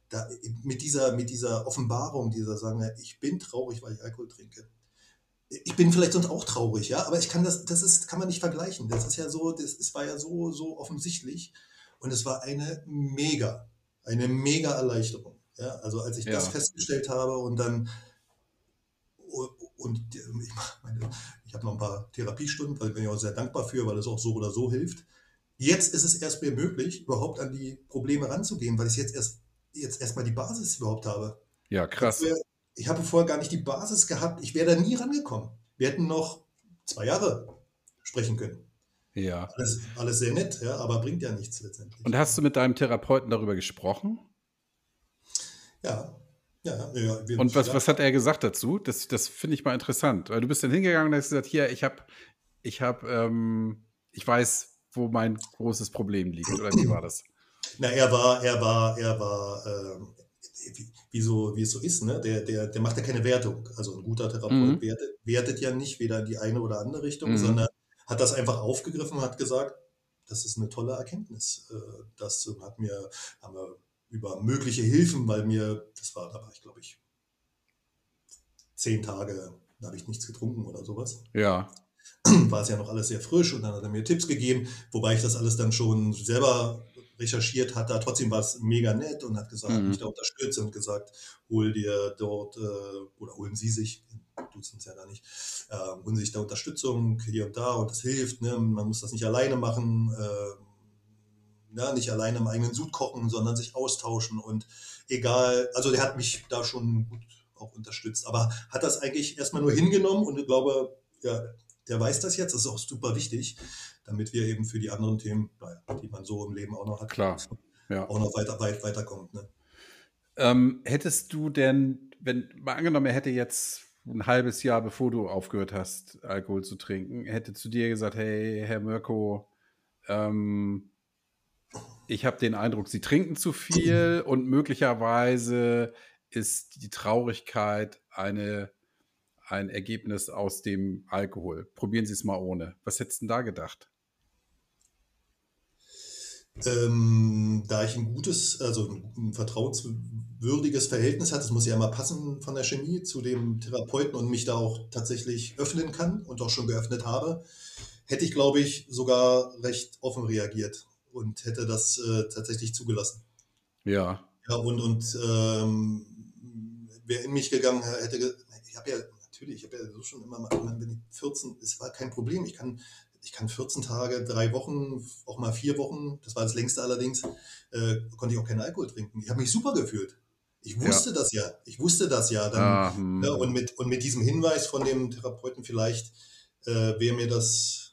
da, mit, dieser, mit dieser Offenbarung, dieser sagen, ja, ich bin traurig, weil ich Alkohol trinke. Ich bin vielleicht sonst auch traurig, ja, aber ich kann das, das ist, kann man nicht vergleichen. Das ist ja so, das, es war ja so, so offensichtlich und es war eine mega, eine mega Erleichterung. Ja, also als ich das Ja, festgestellt habe und dann und ich, meine, ich habe noch ein paar Therapiestunden, weil ich bin ja auch sehr dankbar für, weil es auch so oder so hilft. Jetzt ist es erst mir möglich, überhaupt an die Probleme ranzugehen, weil ich jetzt erst jetzt erstmal die Basis überhaupt habe. ja, Ich habe krass. vorher, ich habe vorher gar nicht die Basis gehabt. Ich wäre da nie rangekommen. Wir hätten noch zwei Jahre sprechen können. Ja. Alles, alles sehr nett, ja, aber bringt ja nichts Und letztendlich. hast du mit deinem Therapeuten darüber gesprochen? Ja, ja, ja, wir, Und was, ja. was hat er gesagt dazu? Das, das finde ich mal interessant. Weil du bist dann hingegangen und hast gesagt, hier, ich habe, ich habe, ähm, ich weiß, wo mein großes Problem liegt. Oder wie war das? Na, er war, er war, er war, ähm, wie, wie, so, wie es so ist, ne? Der, der, der macht ja keine Wertung. Also ein guter Therapeut Mhm. wertet, wertet ja nicht weder in die eine oder andere Richtung, sondern Mhm. hat das einfach aufgegriffen und hat gesagt, das ist eine tolle Erkenntnis. Äh, Das hat mir, haben wir über mögliche Hilfen, weil mir, das war, da war ich glaube ich zehn Tage, da habe ich nichts getrunken oder sowas. Ja. War es ja noch alles sehr frisch und dann hat er mir Tipps gegeben, wobei ich das alles dann schon selber recherchiert hatte. Trotzdem war es mega nett und hat gesagt, hat mich da Mhm. unterstützt und gesagt, hol dir dort äh, oder holen Sie sich, du es ja da nicht, äh, holen Sie sich da Unterstützung hier und da und das hilft. Ne? Man muss das nicht alleine machen, äh, ja, nicht alleine im eigenen Sud kochen, sondern sich austauschen und egal, also der hat mich da schon gut auch unterstützt, aber hat das eigentlich erstmal nur hingenommen und ich glaube, ja, der weiß das jetzt, das ist auch super wichtig, damit wir eben für die anderen Themen, die man so im Leben auch noch hat, Klar. Ja. auch noch weiter, weit, weiterkommt. Ne? Ähm, hättest du denn, wenn, mal angenommen, er hätte jetzt ein halbes Jahr, bevor du aufgehört hast, Alkohol zu trinken, hätte zu dir gesagt, hey, Herr Mirko, ähm, ich habe den Eindruck, Sie trinken zu viel und möglicherweise ist die Traurigkeit eine, ein Ergebnis aus dem Alkohol. Probieren Sie es mal ohne. Was hättest du denn da gedacht? Ähm, da ich ein gutes, also ein, ein vertrauenswürdiges Verhältnis hatte, es muss ja immer passen von der Chemie zu dem Therapeuten und mich da auch tatsächlich öffnen kann und auch schon geöffnet habe, hätte ich, glaube ich, sogar recht offen reagiert und hätte das äh, tatsächlich zugelassen. Ja, Ja, und, und ähm, wäre in mich gegangen, hätte, ge- ich habe ja, natürlich, ich habe ja so schon immer mal, wenn ich vierzehn, es war kein Problem, ich kann, ich kann vierzehn Tage, drei Wochen, auch mal vier Wochen, das war das längste allerdings, äh, konnte ich auch keinen Alkohol trinken. Ich habe mich super gefühlt. Ich ja. wusste das ja, ich wusste das ja, dann, Ah, ne, hm. und mit, und mit diesem Hinweis von dem Therapeuten vielleicht äh, wäre mir das,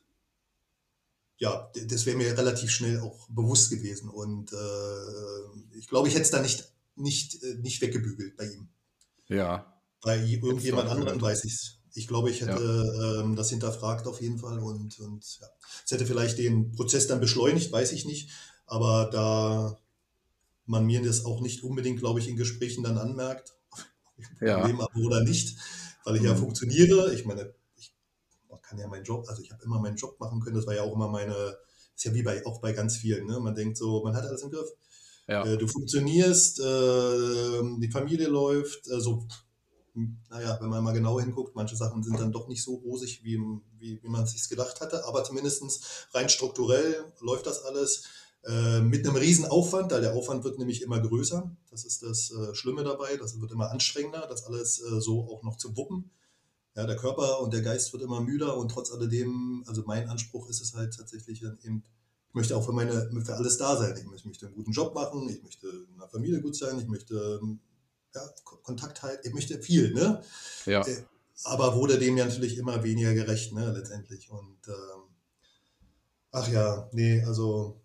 ja, d- das wäre mir relativ schnell auch bewusst gewesen. Und äh, ich glaube, ich hätte es da nicht, nicht, äh, nicht weggebügelt bei ihm. Ja, Bei hättest du irgendjemand anderen aufgehört. weiß ich es. Ich glaube, ich Ja, hätte ähm, das hinterfragt auf jeden Fall und, und ja. Es hätte vielleicht den Prozess dann beschleunigt, weiß ich nicht. Aber da man mir das auch nicht unbedingt, glaube ich, in Gesprächen dann anmerkt, ob ich ein Problem ja, habe oder nicht, weil ich ja hm. funktioniere. Ich meine, ich man kann ja meinen Job, also ich habe immer meinen Job machen können. Das war ja auch immer meine, ist ja wie bei auch bei ganz vielen. Ne? Man denkt so, man hat alles im Griff. Ja, Äh, du funktionierst, äh, die Familie läuft. Also, naja, wenn man mal genau hinguckt, manche Sachen sind dann doch nicht so rosig, wie, wie, wie man es sich gedacht hatte. Aber zumindest rein strukturell läuft das alles äh, mit einem riesen Aufwand, da der Aufwand wird nämlich immer größer. Das ist das äh, Schlimme dabei. Das wird immer anstrengender, das alles äh, so auch noch zu wuppen. Ja, der Körper und der Geist wird immer müder und trotz alledem, also mein Anspruch ist es halt tatsächlich dann eben, ich möchte auch für meine, für alles da sein. Ich möchte einen guten Job machen, ich möchte in der Familie gut sein, ich möchte ja, Kontakt halten, ich möchte viel, ne? ja. Äh, Aber wurde dem ja natürlich immer weniger gerecht, ne, letztendlich. Und ähm, ach ja, nee, also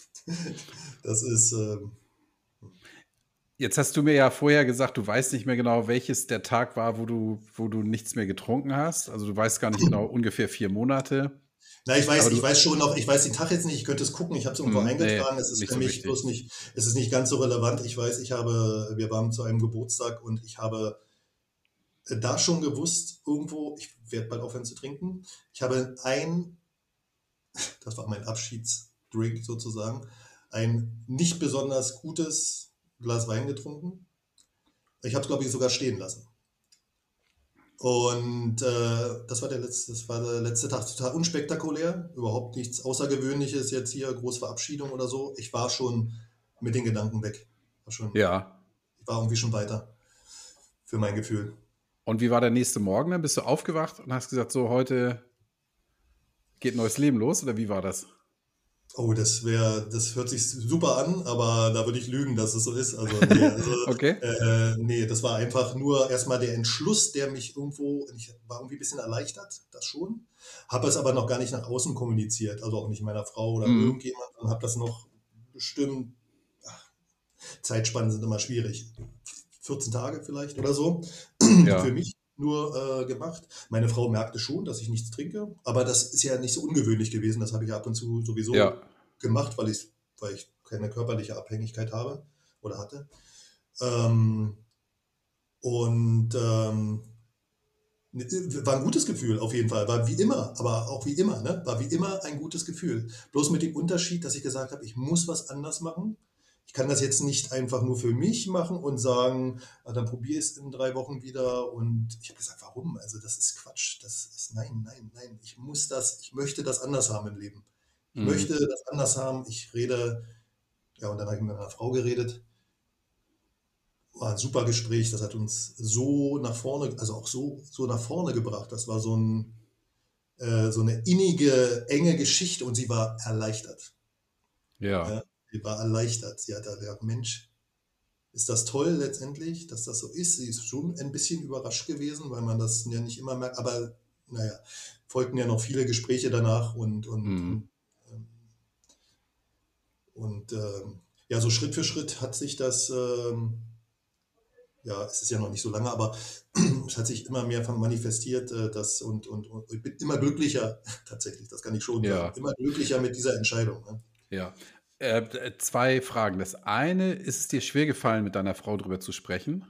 das ist, ähm, Jetzt hast du mir ja vorher gesagt, du weißt nicht mehr genau, welches der Tag war, wo du, wo du nichts mehr getrunken hast. Also du weißt gar nicht genau, ungefähr vier Monate. na, ich weiß, Aber ich du, weiß schon noch, ich weiß den Tag jetzt nicht, ich könnte es gucken, ich habe es irgendwo hm, nee, eingetragen, es ist nicht für so mich bloß wichtig. nicht, es ist nicht ganz so relevant. Ich weiß, ich habe, wir waren zu einem Geburtstag und ich habe äh, da schon gewusst, irgendwo, ich werde bald aufhören zu trinken. Ich habe ein, das war mein Abschiedsdrink sozusagen, ein nicht besonders gutes Glas Wein getrunken. Ich habe es, glaube ich, sogar stehen lassen. Und äh, das war der letzte, das war der letzte Tag, total unspektakulär, überhaupt nichts Außergewöhnliches jetzt hier, Großverabschiedung oder so. Ich war schon mit den Gedanken weg. War schon, Ja. ich war irgendwie schon weiter für mein Gefühl. Und wie war der nächste Morgen? Dann bist du aufgewacht und hast gesagt, so heute geht ein neues Leben los, oder wie war das? Oh, das wäre, das hört sich super an, aber da würde ich lügen, dass es so ist. Also, nee, also, Okay. äh, nee, das war einfach nur erstmal der Entschluss, der mich irgendwo, ich war irgendwie ein bisschen erleichtert, das schon. Habe es aber noch gar nicht nach außen kommuniziert, also auch nicht meiner Frau oder Mhm. irgendjemand, und habe das noch bestimmt, ach, Zeitspannen sind immer schwierig, vierzehn Tage vielleicht oder so, Ja. für mich nur äh, gemacht. Meine Frau merkte schon, dass ich nichts trinke, aber das ist ja nicht so ungewöhnlich gewesen. Das habe ich ja ab und zu sowieso Ja. gemacht, weil ich, weil ich keine körperliche Abhängigkeit habe oder hatte. Ähm, und ähm, war ein gutes Gefühl auf jeden Fall, war wie immer, aber auch wie immer, ne? War wie immer ein gutes Gefühl. Bloß mit dem Unterschied, dass ich gesagt habe, ich muss was anders machen. Ich kann das jetzt nicht einfach nur für mich machen und sagen, ah, dann probiere ich es in drei Wochen wieder. Und ich habe gesagt, warum? Also das ist Quatsch. Das ist nein, nein, nein. Ich muss das, ich möchte das anders haben im Leben. Ich Mhm. möchte das anders haben. Ich rede, ja, und dann habe ich mit meiner Frau geredet. War ein super Gespräch. Das hat uns so nach vorne, also auch so, so nach vorne gebracht. Das war so ein, äh, so eine innige, enge Geschichte und sie war erleichtert. Ja. Ja, sie war erleichtert. Sie hat gesagt, Mensch, ist das toll letztendlich, dass das so ist. Sie ist schon ein bisschen überrascht gewesen, weil man das ja nicht immer merkt. Aber naja, folgten ja noch viele Gespräche danach und, und, Mhm. und, ähm, und ähm, ja, so Schritt für Schritt hat sich das, ähm, ja, es ist ja noch nicht so lange, aber es hat sich immer mehr manifestiert, äh, das und, und, und ich bin immer glücklicher, tatsächlich, das kann ich schon sagen, Ja. immer glücklicher mit dieser Entscheidung. Ne? Ja. Äh, d- zwei Fragen. Das eine, ist es dir schwer gefallen, mit deiner Frau drüber zu sprechen?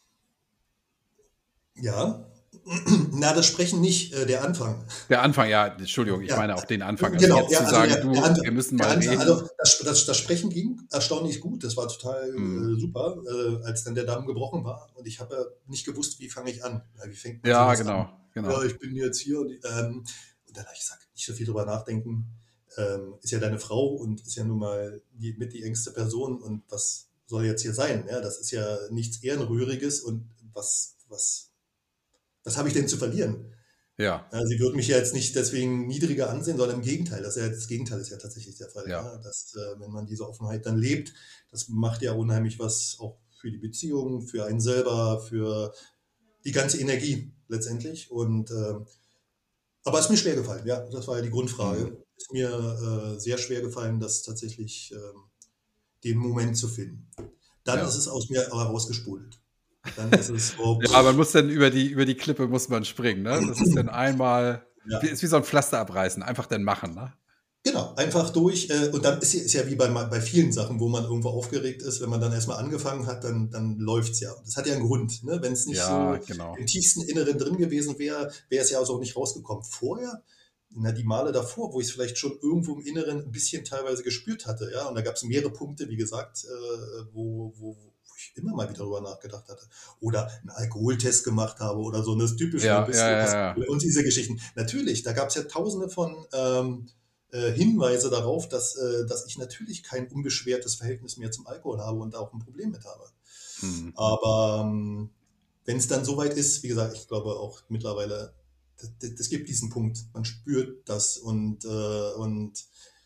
Ja, na, das Sprechen nicht, äh, der Anfang. Der Anfang, ja, Entschuldigung, ich Ja, meine auch den Anfang. Also genau, jetzt ja, zu also sagen, der, der, du, Anfang, wir müssen der mal Anfang, reden. also das, das, das Sprechen ging erstaunlich gut, das war total Mhm. äh, super, äh, als dann der Damm gebrochen war und ich habe ja nicht gewusst, wie fange ich an, ja, wie fängt man Ja, sowas an? genau, Ja, genau. ich bin jetzt hier und, ähm, und dann habe ich gesagt, nicht so viel drüber nachdenken, ähm, ist ja deine Frau und ist ja nun mal die, mit die engste Person und was soll jetzt hier sein? Ja, das ist ja nichts Ehrenrühriges und was, was, was habe ich denn zu verlieren? Ja, Ja, sie wird mich ja jetzt nicht deswegen niedriger ansehen, sondern im Gegenteil. Das, ist ja, das Gegenteil ist ja tatsächlich der Fall. ja, Ja? Dass, äh, wenn man diese Offenheit dann lebt, das macht ja unheimlich was auch für die Beziehung, für einen selber, für die ganze Energie letztendlich. Und, ähm, aber es ist mir schwer gefallen, ja, das war ja die mhm. Grundfrage. Es ist mir äh, sehr schwer gefallen, das tatsächlich ähm, den Moment zu finden. Dann ist Ja. es aus mir herausgespult. Dann ist es so, Ja, man pff, muss dann über die, über die Klippe muss man springen, ne? Das ist dann einmal, wie, ja. ist wie so ein Pflaster abreißen, einfach dann machen, ne? Genau, einfach durch. Äh, und dann ist ja, ist ja wie bei, bei vielen Sachen, wo man irgendwo aufgeregt ist, wenn man dann erstmal angefangen hat, dann, dann läuft es ja. Das hat ja einen Grund. Ne? Wenn es nicht Ja, so genau. im tiefsten Inneren drin gewesen wäre, wäre es ja also auch nicht rausgekommen. Vorher, na, die Male davor, wo ich es vielleicht schon irgendwo im Inneren ein bisschen teilweise gespürt hatte, ja, und da gab es mehrere Punkte, wie gesagt, äh, wo, wo, wo ich immer mal wieder darüber nachgedacht hatte. Oder einen Alkoholtest gemacht habe oder so, und das typisch, ne, Ja, bist ja, du ja, was, ja. und diese Geschichten. Natürlich, da gab es ja tausende von ähm, äh, Hinweise darauf, dass, äh, dass ich natürlich kein unbeschwertes Verhältnis mehr zum Alkohol habe und auch ein Problem mit habe. Mhm. Aber ähm, wenn es dann soweit ist, wie gesagt, ich glaube auch mittlerweile, es gibt diesen Punkt, man spürt das und, äh, und,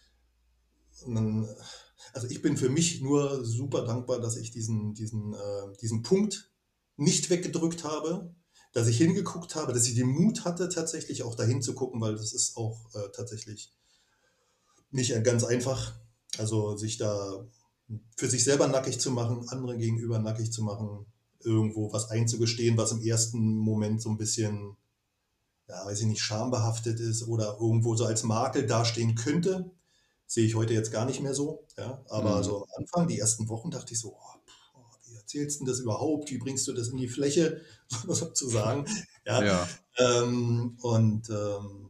und dann, also ich bin für mich nur super dankbar, dass ich diesen, diesen, äh, diesen Punkt nicht weggedrückt habe, dass ich hingeguckt habe, dass ich den Mut hatte, tatsächlich auch dahin zu gucken, weil das ist auch äh, tatsächlich nicht ganz einfach. Also sich da für sich selber nackig zu machen, andere gegenüber nackig zu machen, irgendwo was einzugestehen, was im ersten Moment so ein bisschen, ja, weiß ich nicht, schambehaftet ist oder irgendwo so als Makel dastehen könnte, sehe ich heute jetzt gar nicht mehr so. Ja? Aber Mhm. so am Anfang, die ersten Wochen, dachte ich so, oh, pff, oh, wie erzählst du denn das überhaupt? Wie bringst du das in die Fläche, sozusagen? Ja? Ja, Ähm, und ähm,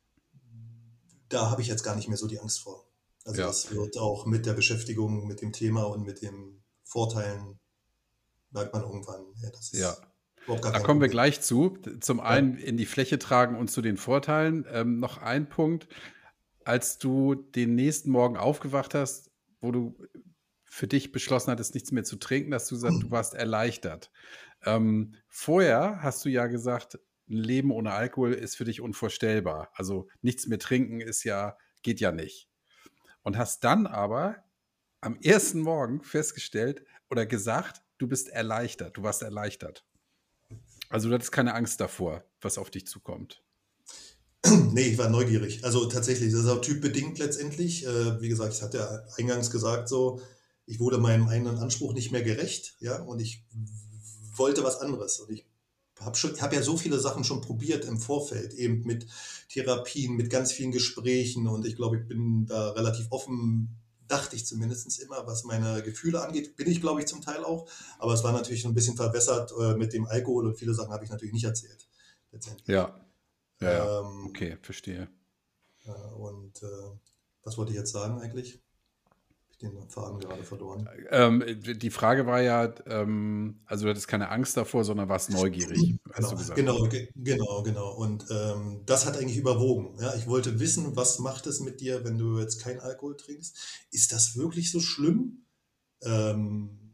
da habe ich jetzt gar nicht mehr so die Angst vor. Also ja. das wird auch mit der Beschäftigung mit dem Thema und mit dem Vorteilen merkt man irgendwann, ja, das Ja. ist überhaupt gar Da kein kommen wir Problem. gleich zu. Zum Ja. einen in die Fläche tragen und zu den Vorteilen. Ähm, noch ein Punkt, als du den nächsten Morgen aufgewacht hast, wo du für dich beschlossen hattest, nichts mehr zu trinken, hast du gesagt, du warst erleichtert. Ähm, vorher hast du ja gesagt, ein Leben ohne Alkohol ist für dich unvorstellbar. Also nichts mehr trinken ist ja, geht ja nicht. Und hast dann aber am ersten Morgen festgestellt oder gesagt, du bist erleichtert, du warst erleichtert. Also du hattest keine Angst davor, was auf dich zukommt. Nee, ich war neugierig. Also tatsächlich, das ist auch typbedingt letztendlich. Äh, wie gesagt, ich hatte ja eingangs gesagt, so, ich wurde meinem eigenen Anspruch nicht mehr gerecht, ja, und ich wollte was anderes. Und ich habe schon, habe ja so viele Sachen schon probiert im Vorfeld, eben mit Therapien, mit ganz vielen Gesprächen. Und ich glaube, ich bin da relativ offen, dachte ich zumindest immer, was meine Gefühle angeht. Bin ich, glaube ich, zum Teil auch. Aber es war natürlich so ein bisschen verwässert äh, mit dem Alkohol und viele Sachen habe ich natürlich nicht erzählt, letztendlich. Ja, ja, ja. Ähm, Okay, verstehe. äh, und äh, was wollte ich jetzt sagen eigentlich? Hab ich den Faden gerade verloren. Ähm, die Frage war ja, ähm, also du hattest keine Angst davor, sondern warst neugierig, hast Genau, du gesagt, genau, ne? ge- genau, genau. Und ähm, das hat eigentlich überwogen. Ja, ich wollte wissen, was macht es mit dir, wenn du jetzt keinen Alkohol trinkst? Ist das wirklich so schlimm? Ähm,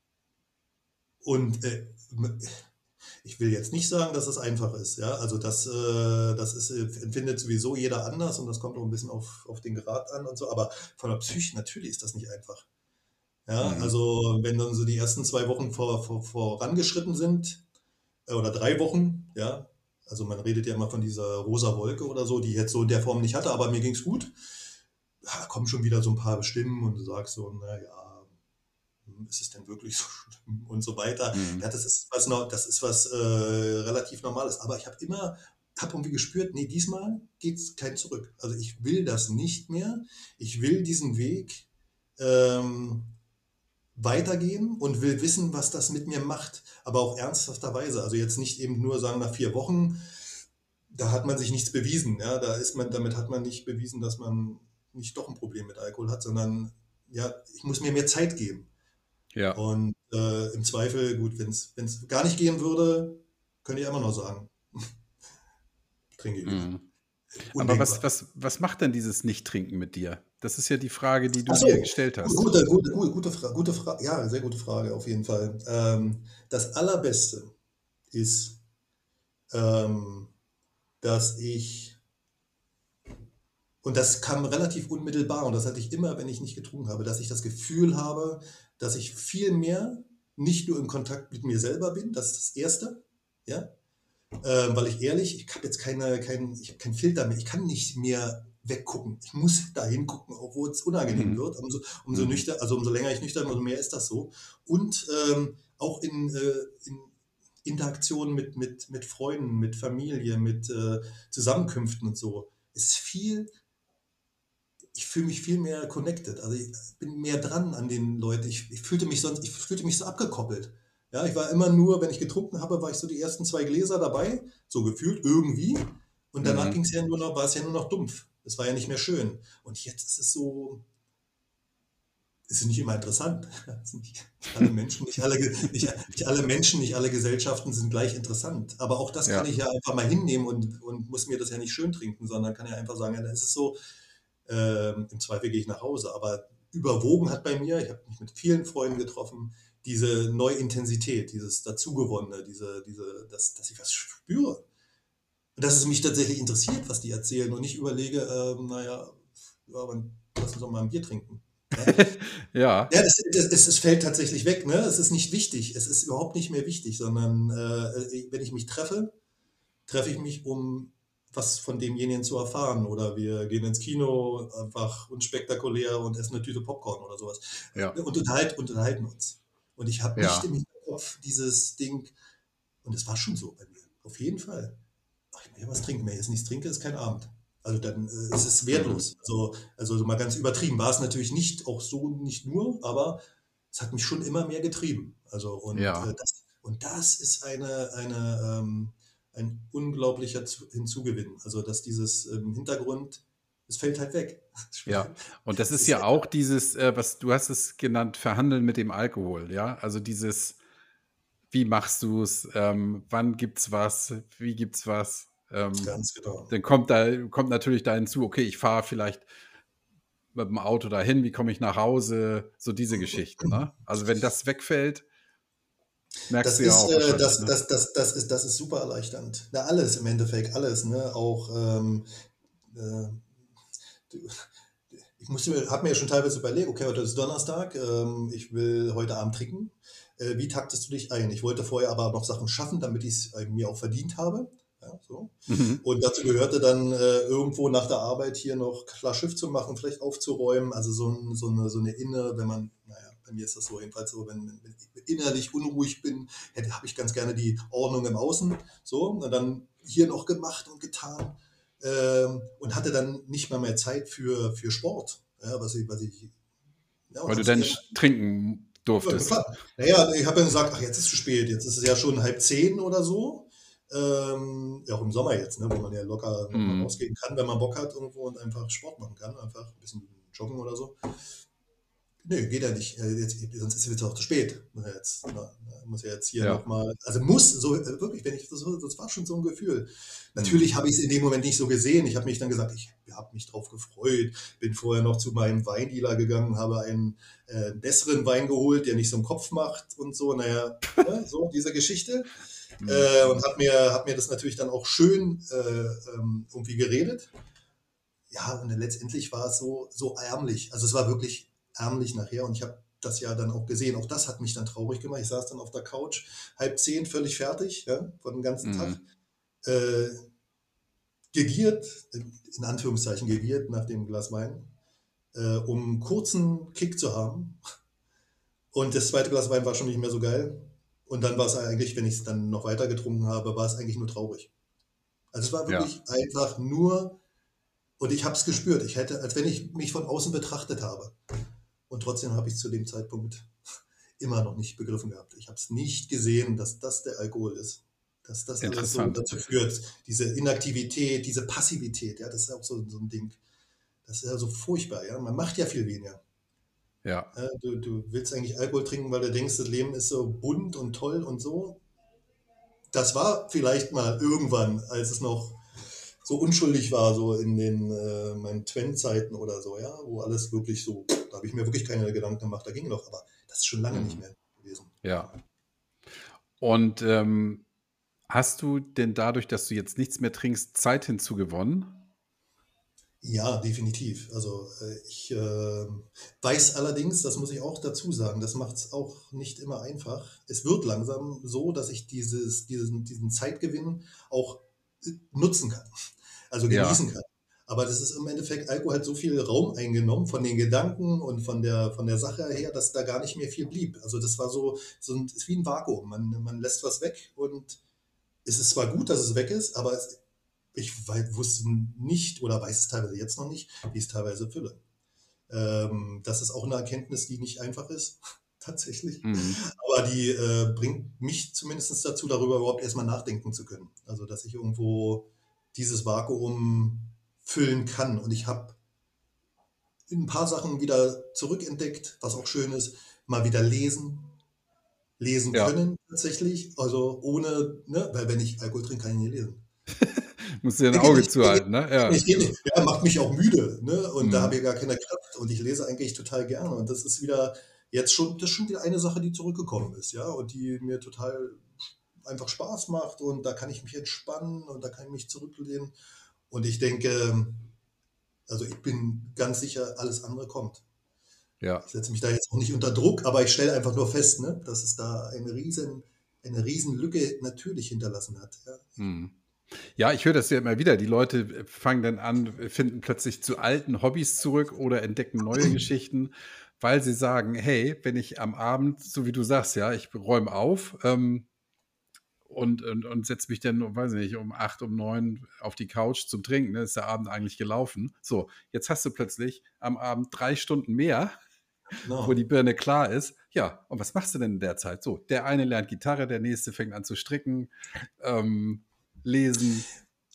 und äh, ich will jetzt nicht sagen, dass es einfach ist. Ja, also das, äh, das ist, äh, empfindet sowieso jeder anders und das kommt auch ein bisschen auf, auf den Grad an und so. Aber von der Psyche natürlich ist das nicht einfach. Ja, Mhm. also wenn dann so die ersten zwei Wochen vor, vor, vorangeschritten sind, äh, oder drei Wochen, ja, also man redet ja immer von dieser rosa Wolke oder so, die ich jetzt so in der Form nicht hatte, aber mir ging es gut. Ja, kommen schon wieder so ein paar Stimmen und du sagst so, naja, ist es denn wirklich so schlimm und so weiter. Mhm. Ja, das ist was, noch, das ist was äh, relativ Normales. Aber ich habe immer, habe irgendwie gespürt, nee, diesmal geht es kein Zurück. Also ich will das nicht mehr. Ich will diesen Weg ähm, weitergehen und will wissen, was das mit mir macht, aber auch ernsthafterweise. Also jetzt nicht eben nur sagen, nach vier Wochen, da hat man sich nichts bewiesen. Ja, da ist man, damit hat man nicht bewiesen, dass man nicht doch ein Problem mit Alkohol hat, sondern ja, ich muss mir mehr Zeit geben. Ja. Und äh, im Zweifel, gut, wenn es gar nicht gehen würde, könnte ich immer noch sagen, trinke ich wieder. Mhm. Aber was, Undenkbar. was, was macht denn dieses Nicht-Trinken mit dir? Das ist ja die Frage, die du dir Achso, gestellt hast. gute, gute, gute, gute, Fra gute Frage. Ja, sehr gute Frage auf jeden Fall. Ähm, das Allerbeste ist, ähm, dass ich, und das kam relativ unmittelbar, und das hatte ich immer, wenn ich nicht getrunken habe, dass ich das Gefühl habe, dass ich viel mehr nicht nur in Kontakt mit mir selber bin, das ist das Erste, ja, ähm, weil ich ehrlich, ich habe jetzt keine, kein, ich habe keinen Filter mehr, ich kann nicht mehr weggucken, ich muss da hingucken, obwohl es unangenehm Mhm. wird, umso, umso Mhm. nüchtern, also umso länger ich nüchtern bin, umso mehr ist das so. Und ähm, auch in, äh, in Interaktion mit, mit, mit Freunden, mit Familie, mit äh, Zusammenkünften und so, ist viel, ich fühle mich viel mehr connected. Also ich bin mehr dran an den Leuten. Ich, ich fühlte mich sonst, ich fühlte mich so abgekoppelt. Ja, ich war immer nur, wenn ich getrunken habe, war ich so die ersten zwei Gläser dabei, so gefühlt irgendwie. Und danach ging Mhm. es ja nur noch, war es ja nur noch dumpf. Es war ja nicht mehr schön. Und jetzt ist es so, es ist nicht immer interessant. Es sind nicht alle Menschen, nicht alle, nicht, nicht alle Menschen, nicht alle Gesellschaften sind gleich interessant. Aber auch das kann Ja. ich ja einfach mal hinnehmen und, und muss mir das ja nicht schön trinken, sondern kann ja einfach sagen, ja, das ist so, ähm, im Zweifel gehe ich nach Hause. Aber überwogen hat bei mir, ich habe mich mit vielen Freunden getroffen, diese neue Intensität, dieses Dazugewonnene, diese, diese, dass, dass ich was spüre. Und dass es mich tatsächlich interessiert, was die erzählen und nicht überlege, ähm, naja, ja, dann lass uns doch mal ein Bier trinken. Ja, Ja. ja das, das, es, es fällt tatsächlich weg. Ne? Es ist nicht wichtig. Es ist überhaupt nicht mehr wichtig, sondern äh, wenn ich mich treffe, treffe ich mich, um was von demjenigen zu erfahren. Oder wir gehen ins Kino, einfach unspektakulär und essen eine Tüte Popcorn oder sowas. Ja. Und, unterhalt, und unterhalten uns. Und ich habe nicht Ja. im Hinterkopf dieses Ding, und es war schon so bei mir, auf jeden Fall. Ach, ich muss ja was trinken. Wenn ich jetzt nichts trinke, ist kein Abend. Also dann äh, ist es Mhm. wertlos. Also, also so mal ganz übertrieben war es natürlich nicht, auch so nicht nur, aber es hat mich schon immer mehr getrieben. Also und, äh, Ja. das, und das ist eine, eine, ähm, ein unglaublicher Zu- Hinzugewinn. Also dass dieses ähm, Hintergrund Es fällt halt weg. Ja, und das Das ist ist ja halt, auch dieses, äh, was du hast es genannt, Verhandeln mit dem Alkohol, ja? Also dieses, wie machst du's, ähm, wann gibt's was, wie gibt's was? Ähm, ganz genau. dann kommt da kommt natürlich da hinzu, okay, ich fahre vielleicht mit dem Auto dahin, wie komme ich nach Hause? So diese Geschichten, ne? Also, wenn das wegfällt, merkst Das du ja ist, auch äh, wahrscheinlich, das, ne? das, das, das ist, das ist super erleichternd. Na, alles im Endeffekt, alles, ne? Auch, ähm, äh, ich musste, habe mir ja schon teilweise überlegt, okay, heute ist Donnerstag, ähm, ich will heute Abend trinken. Äh, wie taktest du dich ein? Ich wollte vorher aber noch Sachen schaffen, damit ich es äh, mir auch verdient habe. Ja, so. Mhm. Und dazu gehörte dann äh, irgendwo nach der Arbeit hier noch klar Schiff zu machen, vielleicht aufzuräumen. Also so, ein, so, eine, so eine innere, wenn man, naja, bei mir ist das so jedenfalls so, wenn, wenn ich innerlich unruhig bin, hätte, habe ich ganz gerne die Ordnung im Außen. So, und dann hier noch gemacht und getan ähm, und hatte dann nicht mal mehr Zeit für, für Sport. Ja, was ich, was ich, ja, und Weil habe du es dann eher, sch trinken ja, durftest. klar. Naja, ich habe dann gesagt, ach, jetzt ist es zu spät, jetzt ist es ja schon halb zehn oder so. Ähm, ja, auch im Sommer jetzt, ne, wo man ja locker nochmal Mhm. rausgehen kann, wenn man Bock hat irgendwo und einfach Sport machen kann, einfach ein bisschen joggen oder so. Nee, geht ja nicht. Äh, Jetzt, sonst ist es jetzt auch zu spät. Na, Jetzt, na, muss ja jetzt hier Ja. nochmal, also muss, so äh, wirklich, wenn ich das, so- das war schon so ein Gefühl. Mhm. Natürlich habe ich es in dem Moment nicht so gesehen. Ich habe mich dann gesagt, ich habe mich drauf gefreut, bin vorher noch zu meinem Weindealer gegangen, habe einen äh, besseren Wein geholt, der nicht so einen Kopf macht und so, naja, ne, so diese Geschichte. Mhm. Äh, und habe mir, hab mir das natürlich dann auch schön äh, ähm, irgendwie geredet. Ja, und dann letztendlich war es so, so ärmlich. Also es war wirklich ärmlich nachher und ich habe das ja dann auch gesehen. Auch das hat mich dann traurig gemacht. Ich saß dann auf der Couch, halb zehn, völlig fertig, ja, von dem ganzen Tag. Mhm. Äh, gegiert, in Anführungszeichen gegiert nach dem Glas Wein, äh, um einen kurzen Kick zu haben. Und das zweite Glas Wein war schon nicht mehr so geil. Und dann war es eigentlich, wenn ich es dann noch weiter getrunken habe, war es eigentlich nur traurig. Also es war Ja, wirklich einfach nur, und ich habe es gespürt, ich hätte, als wenn ich mich von außen betrachtet habe. Und trotzdem habe ich es zu dem Zeitpunkt immer noch nicht begriffen gehabt. Ich habe es nicht gesehen, dass das der Alkohol ist. Dass das alles so interessant. dazu führt. Diese Inaktivität, diese Passivität, ja, das ist auch so, so ein Ding. Das ist ja so furchtbar, ja. Man macht ja viel weniger. Ja, Ja, du, du willst eigentlich Alkohol trinken, weil du denkst, das Leben ist so bunt und toll und so. Das war vielleicht mal irgendwann, als es noch so unschuldig war, so in den äh, meinen Twin-Zeiten oder so, ja, wo alles wirklich so, da habe ich mir wirklich keine Gedanken gemacht, da ging noch, aber das ist schon lange nicht mhm. mehr gewesen. Ja. Ja. Und, ähm, hast du denn dadurch, dass du jetzt nichts mehr trinkst, Zeit hinzugewonnen? Ja, definitiv. Also äh, ich äh, weiß allerdings, das muss ich auch dazu sagen, das macht es auch nicht immer einfach. Es wird langsam so, dass ich dieses, diesen, diesen Zeitgewinn auch äh, nutzen kann, also Ja, genießen kann. Aber das ist im Endeffekt, Alkohol hat so viel Raum eingenommen von den Gedanken und von der, von der Sache her, dass da gar nicht mehr viel blieb. Also das war so, so ein, ist wie ein Vakuum. Man, man lässt was weg und es ist zwar gut, dass es weg ist, aber es, ich wei- wusste nicht oder weiß es teilweise jetzt noch nicht, wie ich es teilweise fülle. Ähm, das ist auch eine Erkenntnis, die nicht einfach ist, tatsächlich. mhm. Aber die äh, bringt mich zumindest dazu, darüber überhaupt erstmal nachdenken zu können. Also, dass ich irgendwo dieses Vakuum füllen kann. Und ich habe ein paar Sachen wieder zurückentdeckt, was auch schön ist. Mal wieder lesen, lesen Ja, können tatsächlich. Also ohne, ne, weil wenn ich Alkohol trinke, kann ich nicht lesen. musst dir ein Ja, geht Auge nicht. Geht zuhalten, ne? Ja, nicht, geht genau. nicht. Ja, macht mich auch müde, ne? Und da habe Mhm. ich gar keine Kraft. Und ich lese eigentlich total gerne. Und das ist wieder jetzt schon, das ist schon wieder eine Sache, die zurückgekommen ist, ja, und die mir total einfach Spaß macht. Und da kann ich mich entspannen und da kann ich mich zurücklehnen. Und ich denke, also ich bin ganz sicher, alles andere kommt. Ja, Ich setze mich da jetzt auch nicht unter Druck, aber ich stelle einfach nur fest, ne, dass es da eine riesen, eine riesen Lücke natürlich hinterlassen hat. Ja. mhm. Ja, ich höre das ja immer wieder. Die Leute äh, fangen dann an, äh, finden plötzlich zu alten Hobbys zurück oder entdecken neue Geschichten, weil sie sagen: „Hey, wenn ich am Abend", so wie du sagst, ja, ich räume auf, ähm, und und und setze mich dann, um weiß ich nicht, um acht, um neun auf die Couch zum Trinken, ne? Ist der Abend eigentlich gelaufen. So, jetzt hast du plötzlich am Abend drei Stunden mehr, wo die Genau. Birne klar ist. Ja, und was machst du denn in der Zeit? So, der eine lernt Gitarre, der nächste fängt an zu stricken, ähm, lesen,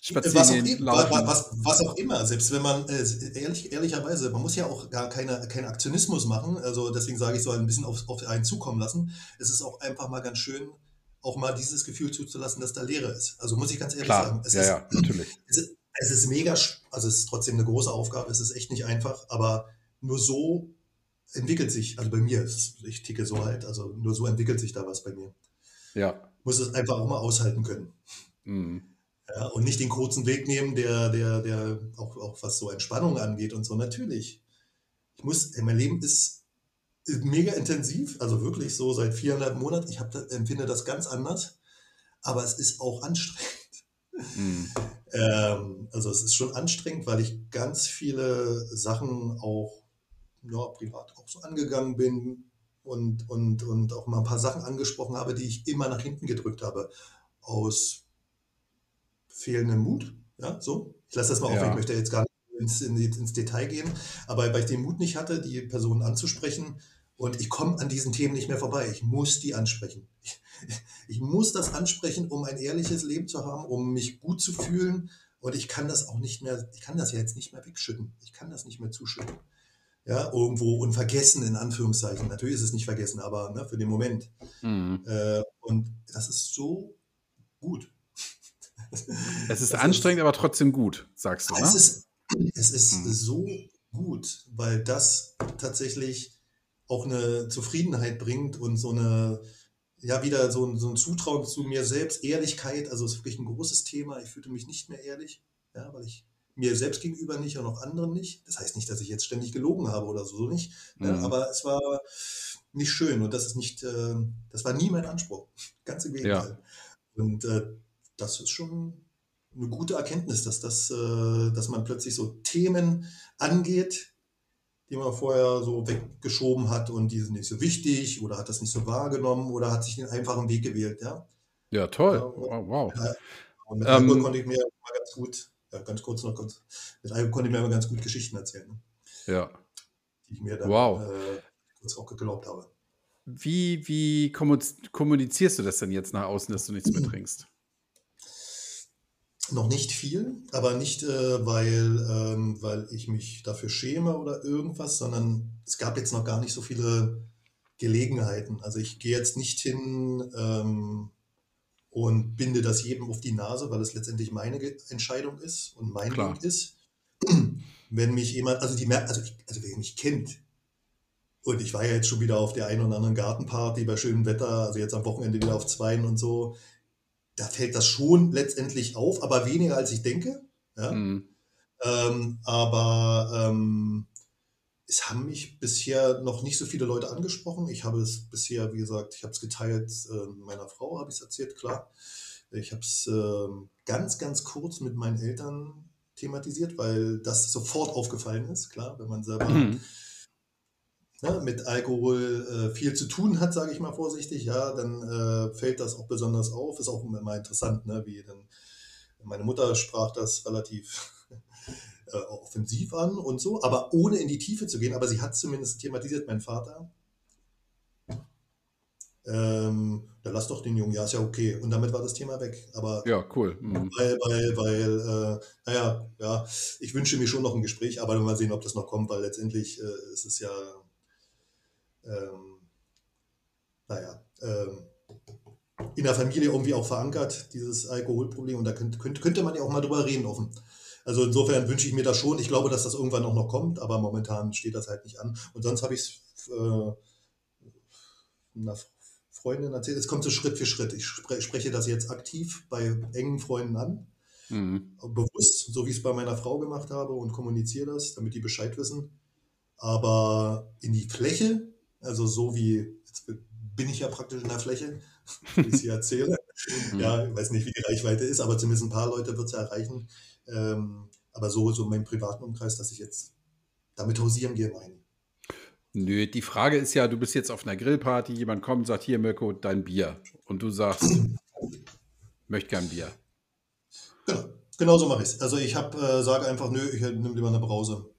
spazieren Was auch, gehen, im- wa- wa- laufen. was, was auch immer, selbst wenn man, äh, ehrlich, ehrlicherweise, man muss ja auch gar keine, keinen Aktionismus machen, also deswegen sage ich so ein bisschen auf, auf einen zukommen lassen. Es ist auch einfach mal ganz schön, auch mal dieses Gefühl zuzulassen, dass da Leere ist. Also muss ich ganz ehrlich sagen, Klar, es ja, ist, ja, natürlich. es ist, es ist mega, sch- also es ist trotzdem eine große Aufgabe, es ist echt nicht einfach, aber nur so entwickelt sich, also bei mir, es ist, ich ticke so halt, also nur so entwickelt sich da was bei mir. Ja. Muss es einfach auch mal aushalten können. Mhm. Ja, und nicht den kurzen Weg nehmen, der, der, der auch, auch was so Entspannung angeht und so. Natürlich. Ich muss, ey, mein Leben ist, ist mega intensiv, also wirklich so seit viereinhalb Monaten. Ich hab, da- empfinde das ganz anders, aber es ist auch anstrengend. Mhm. Ähm, also es ist schon anstrengend, weil ich ganz viele Sachen auch ja, privat auch so angegangen bin und, und, und auch mal ein paar Sachen angesprochen habe, die ich immer nach hinten gedrückt habe. Aus fehlenden Mut. Ja, so. Ich lasse das mal auf, ich Ja. möchte jetzt gar nicht ins, in, ins Detail gehen, aber weil ich den Mut nicht hatte, die Personen anzusprechen und ich komme an diesen Themen nicht mehr vorbei. Ich muss die ansprechen. Ich, ich muss das ansprechen, um ein ehrliches Leben zu haben, um mich gut zu fühlen und ich kann das auch nicht mehr, ich kann das ja jetzt nicht mehr wegschütten. Ich kann das nicht mehr zuschütten. Ja, irgendwo und vergessen in Anführungszeichen. Natürlich ist es nicht vergessen, aber ne, für den Moment. Mhm. Äh, und das ist so gut. Es ist Das ist anstrengend, aber trotzdem gut, sagst du, Es ne? ist, es ist Mhm. so gut, weil das tatsächlich auch eine Zufriedenheit bringt und so eine, ja, wieder so ein, so ein Zutrauen zu mir selbst, Ehrlichkeit, also es ist wirklich ein großes Thema. Ich fühlte mich nicht mehr ehrlich, ja, weil ich mir selbst gegenüber nicht und auch anderen nicht. Das heißt nicht, dass ich jetzt ständig gelogen habe oder so, so nicht, ja, Mhm. aber es war nicht schön und das ist nicht, äh, das war nie mein Anspruch. Ganz im Ja. Gegenteil. Und äh, das ist schon eine gute Erkenntnis, dass, das, äh, dass man plötzlich so Themen angeht, die man vorher so weggeschoben hat und die sind nicht so wichtig oder hat das nicht so wahrgenommen oder hat sich den einfachen Weg gewählt. Ja? Ja, Ja, toll. und, Wow, wow. ja, und mit Alkohol konnte Ähm, ich mir mal ganz gut, ja, ganz kurz noch kurz, mit Alkohol konnte ich mir immer ganz gut Geschichten erzählen, ne? ja. Die ich mir dann Wow. äh, kurz auch geglaubt habe. Wie wie kommuniz kommunizierst du das denn jetzt nach außen, dass du nichts mehr trinkst? Noch nicht viel, aber nicht, äh, weil, ähm, weil ich mich dafür schäme oder irgendwas, sondern es gab jetzt noch gar nicht so viele Gelegenheiten. Also ich gehe jetzt nicht hin ähm, und binde das jedem auf die Nase, weil es letztendlich meine Ge- Entscheidung ist und mein Weg Klar. ist. Wenn mich jemand, also die mer- also, ich, also wer mich kennt, und ich war ja jetzt schon wieder auf der einen oder anderen Gartenparty bei schönem Wetter, also jetzt am Wochenende wieder auf Zweien und so, da fällt das schon letztendlich auf, aber weniger als ich denke. Ja? Mhm. Ähm, aber ähm, es haben mich bisher noch nicht so viele Leute angesprochen. Ich habe es bisher, wie gesagt, ich habe es geteilt, äh, meiner Frau habe ich es erzählt, klar. Ich habe es ähm, ganz, ganz kurz mit meinen Eltern thematisiert, weil das sofort aufgefallen ist, klar, wenn man selber Mhm. ne, mit Alkohol äh, viel zu tun hat, sage ich mal vorsichtig, ja, dann äh, fällt das auch besonders auf. Ist auch immer interessant, ne, wie dann meine Mutter sprach das relativ äh, offensiv an und so, aber ohne in die Tiefe zu gehen. Aber sie hat zumindest thematisiert, mein Vater. Ähm, da lass doch den Jungen, ja, ist ja okay. Und damit war das Thema weg. Aber Ja, cool. Mhm. weil, weil, weil, äh, naja, ja, ich wünsche mir schon noch ein Gespräch, aber mal sehen, ob das noch kommt, weil letztendlich äh, ist es ja, ähm, naja, ähm, in der Familie irgendwie auch verankert, dieses Alkoholproblem. Und da könnte, könnte, könnte man ja auch mal drüber reden offen. Also insofern wünsche ich mir das schon. Ich glaube, dass das irgendwann auch noch kommt, aber momentan steht das halt nicht an. Und sonst habe ich es äh, einer Freundin erzählt. Es kommt so Schritt für Schritt. Ich spre spreche das jetzt aktiv bei engen Freunden an, Mhm. bewusst, so wie ich es bei meiner Frau gemacht habe und kommuniziere das, damit die Bescheid wissen. Aber in die Fläche, also so wie, jetzt bin ich ja praktisch in der Fläche, wie ich es hier erzähle. Mhm. Ja, ich weiß nicht, wie die Reichweite ist, aber zumindest ein paar Leute wird es ja erreichen. Ähm, aber so, so in meinem privaten Umkreis, dass ich jetzt damit hausieren gehe, meine ich. Nö, die Frage ist ja, du bist jetzt auf einer Grillparty, jemand kommt und sagt: „Hier Mirko, dein Bier.“ Und du sagst: „Möchte gern Bier.“ Genau, genau so mache ich es. Also ich habe, äh, sage einfach, nö, ich nehme lieber eine Brause.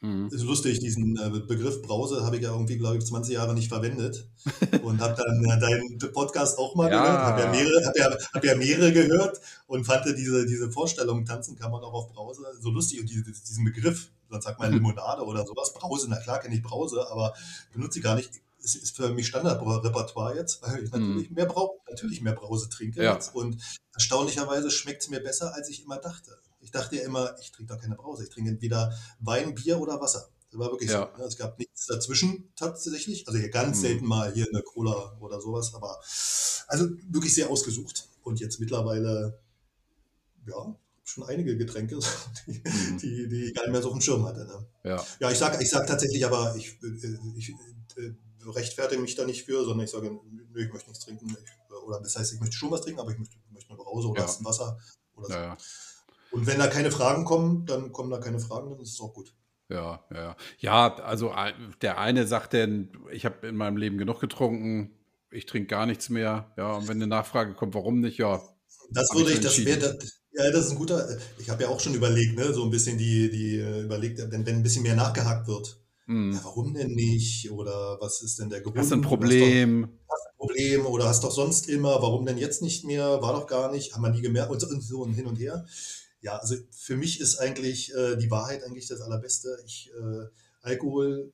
Mhm. Ist lustig, diesen äh, Begriff Brause habe ich ja irgendwie, glaube ich, zwanzig Jahre nicht verwendet und habe dann äh, deinen Podcast auch mal gehört, habe ja Ja. mehrere, hab ja, hab ja mehrere gehört und fand diese, diese Vorstellung, tanzen kann man auch auf Brause, so lustig und diese, diesen Begriff, sonst sagt man Limonade oder sowas, Brause, na klar kenne ich Brause, aber benutze ich gar nicht. Es ist für mich Standardrepertoire jetzt, weil ich natürlich Mhm. mehr, Brau natürlich mehr Brause trinke Ja. jetzt und erstaunlicherweise schmeckt es mir besser, als ich immer dachte. Ich dachte ja immer, ich trinke doch keine Brause, ich trinke entweder Wein, Bier oder Wasser. Das war wirklich so. Ja. Ne? Es gab nichts dazwischen tatsächlich. Also hier ganz selten Mhm. mal hier eine Cola oder sowas, aber also wirklich sehr ausgesucht. Und jetzt mittlerweile, ja, schon einige Getränke, die, Mhm. die, die ich gar nicht mehr so auf dem Schirm hatte. Ne? Ja. Ja, ich sage ich sag tatsächlich, aber ich, äh, ich äh, rechtfertige mich da nicht für, sondern ich sage, nö, ich möchte nichts trinken. Ich, oder das heißt, ich möchte schon was trinken, aber ich möchte, möchte eine Brause oder Ja. ein Wasser oder Ja, so. ja. Und wenn da keine Fragen kommen, dann kommen da keine Fragen, dann ist es auch gut. Ja, ja, ja. Ja, also ein der eine sagt dann: „Ich habe in meinem Leben genug getrunken, ich trinke gar nichts mehr.“ Ja, und wenn 'ne Nachfrage kommt: „Warum nicht?“ „Ja, Das habe ich würde so ich, das wäre, entschieden.“ das, ja, das ist ein guter, äh, ich habe ja auch schon überlegt, ne, so ein bisschen die, die äh, überlegt, wenn, wenn ein bisschen mehr nachgehakt wird. Ja, Mhm. warum denn nicht? Oder was ist denn der „Hast du 'n Grund? Oder hast doch Problem?“ hast ein Problem oder hast doch sonst immer, warum denn jetzt nicht mehr? War doch gar nicht, haben wir nie gemerkt und so und so und hin und her. Ja, also für mich ist eigentlich äh, die Wahrheit eigentlich das Allerbeste. Ich, äh, Alkohol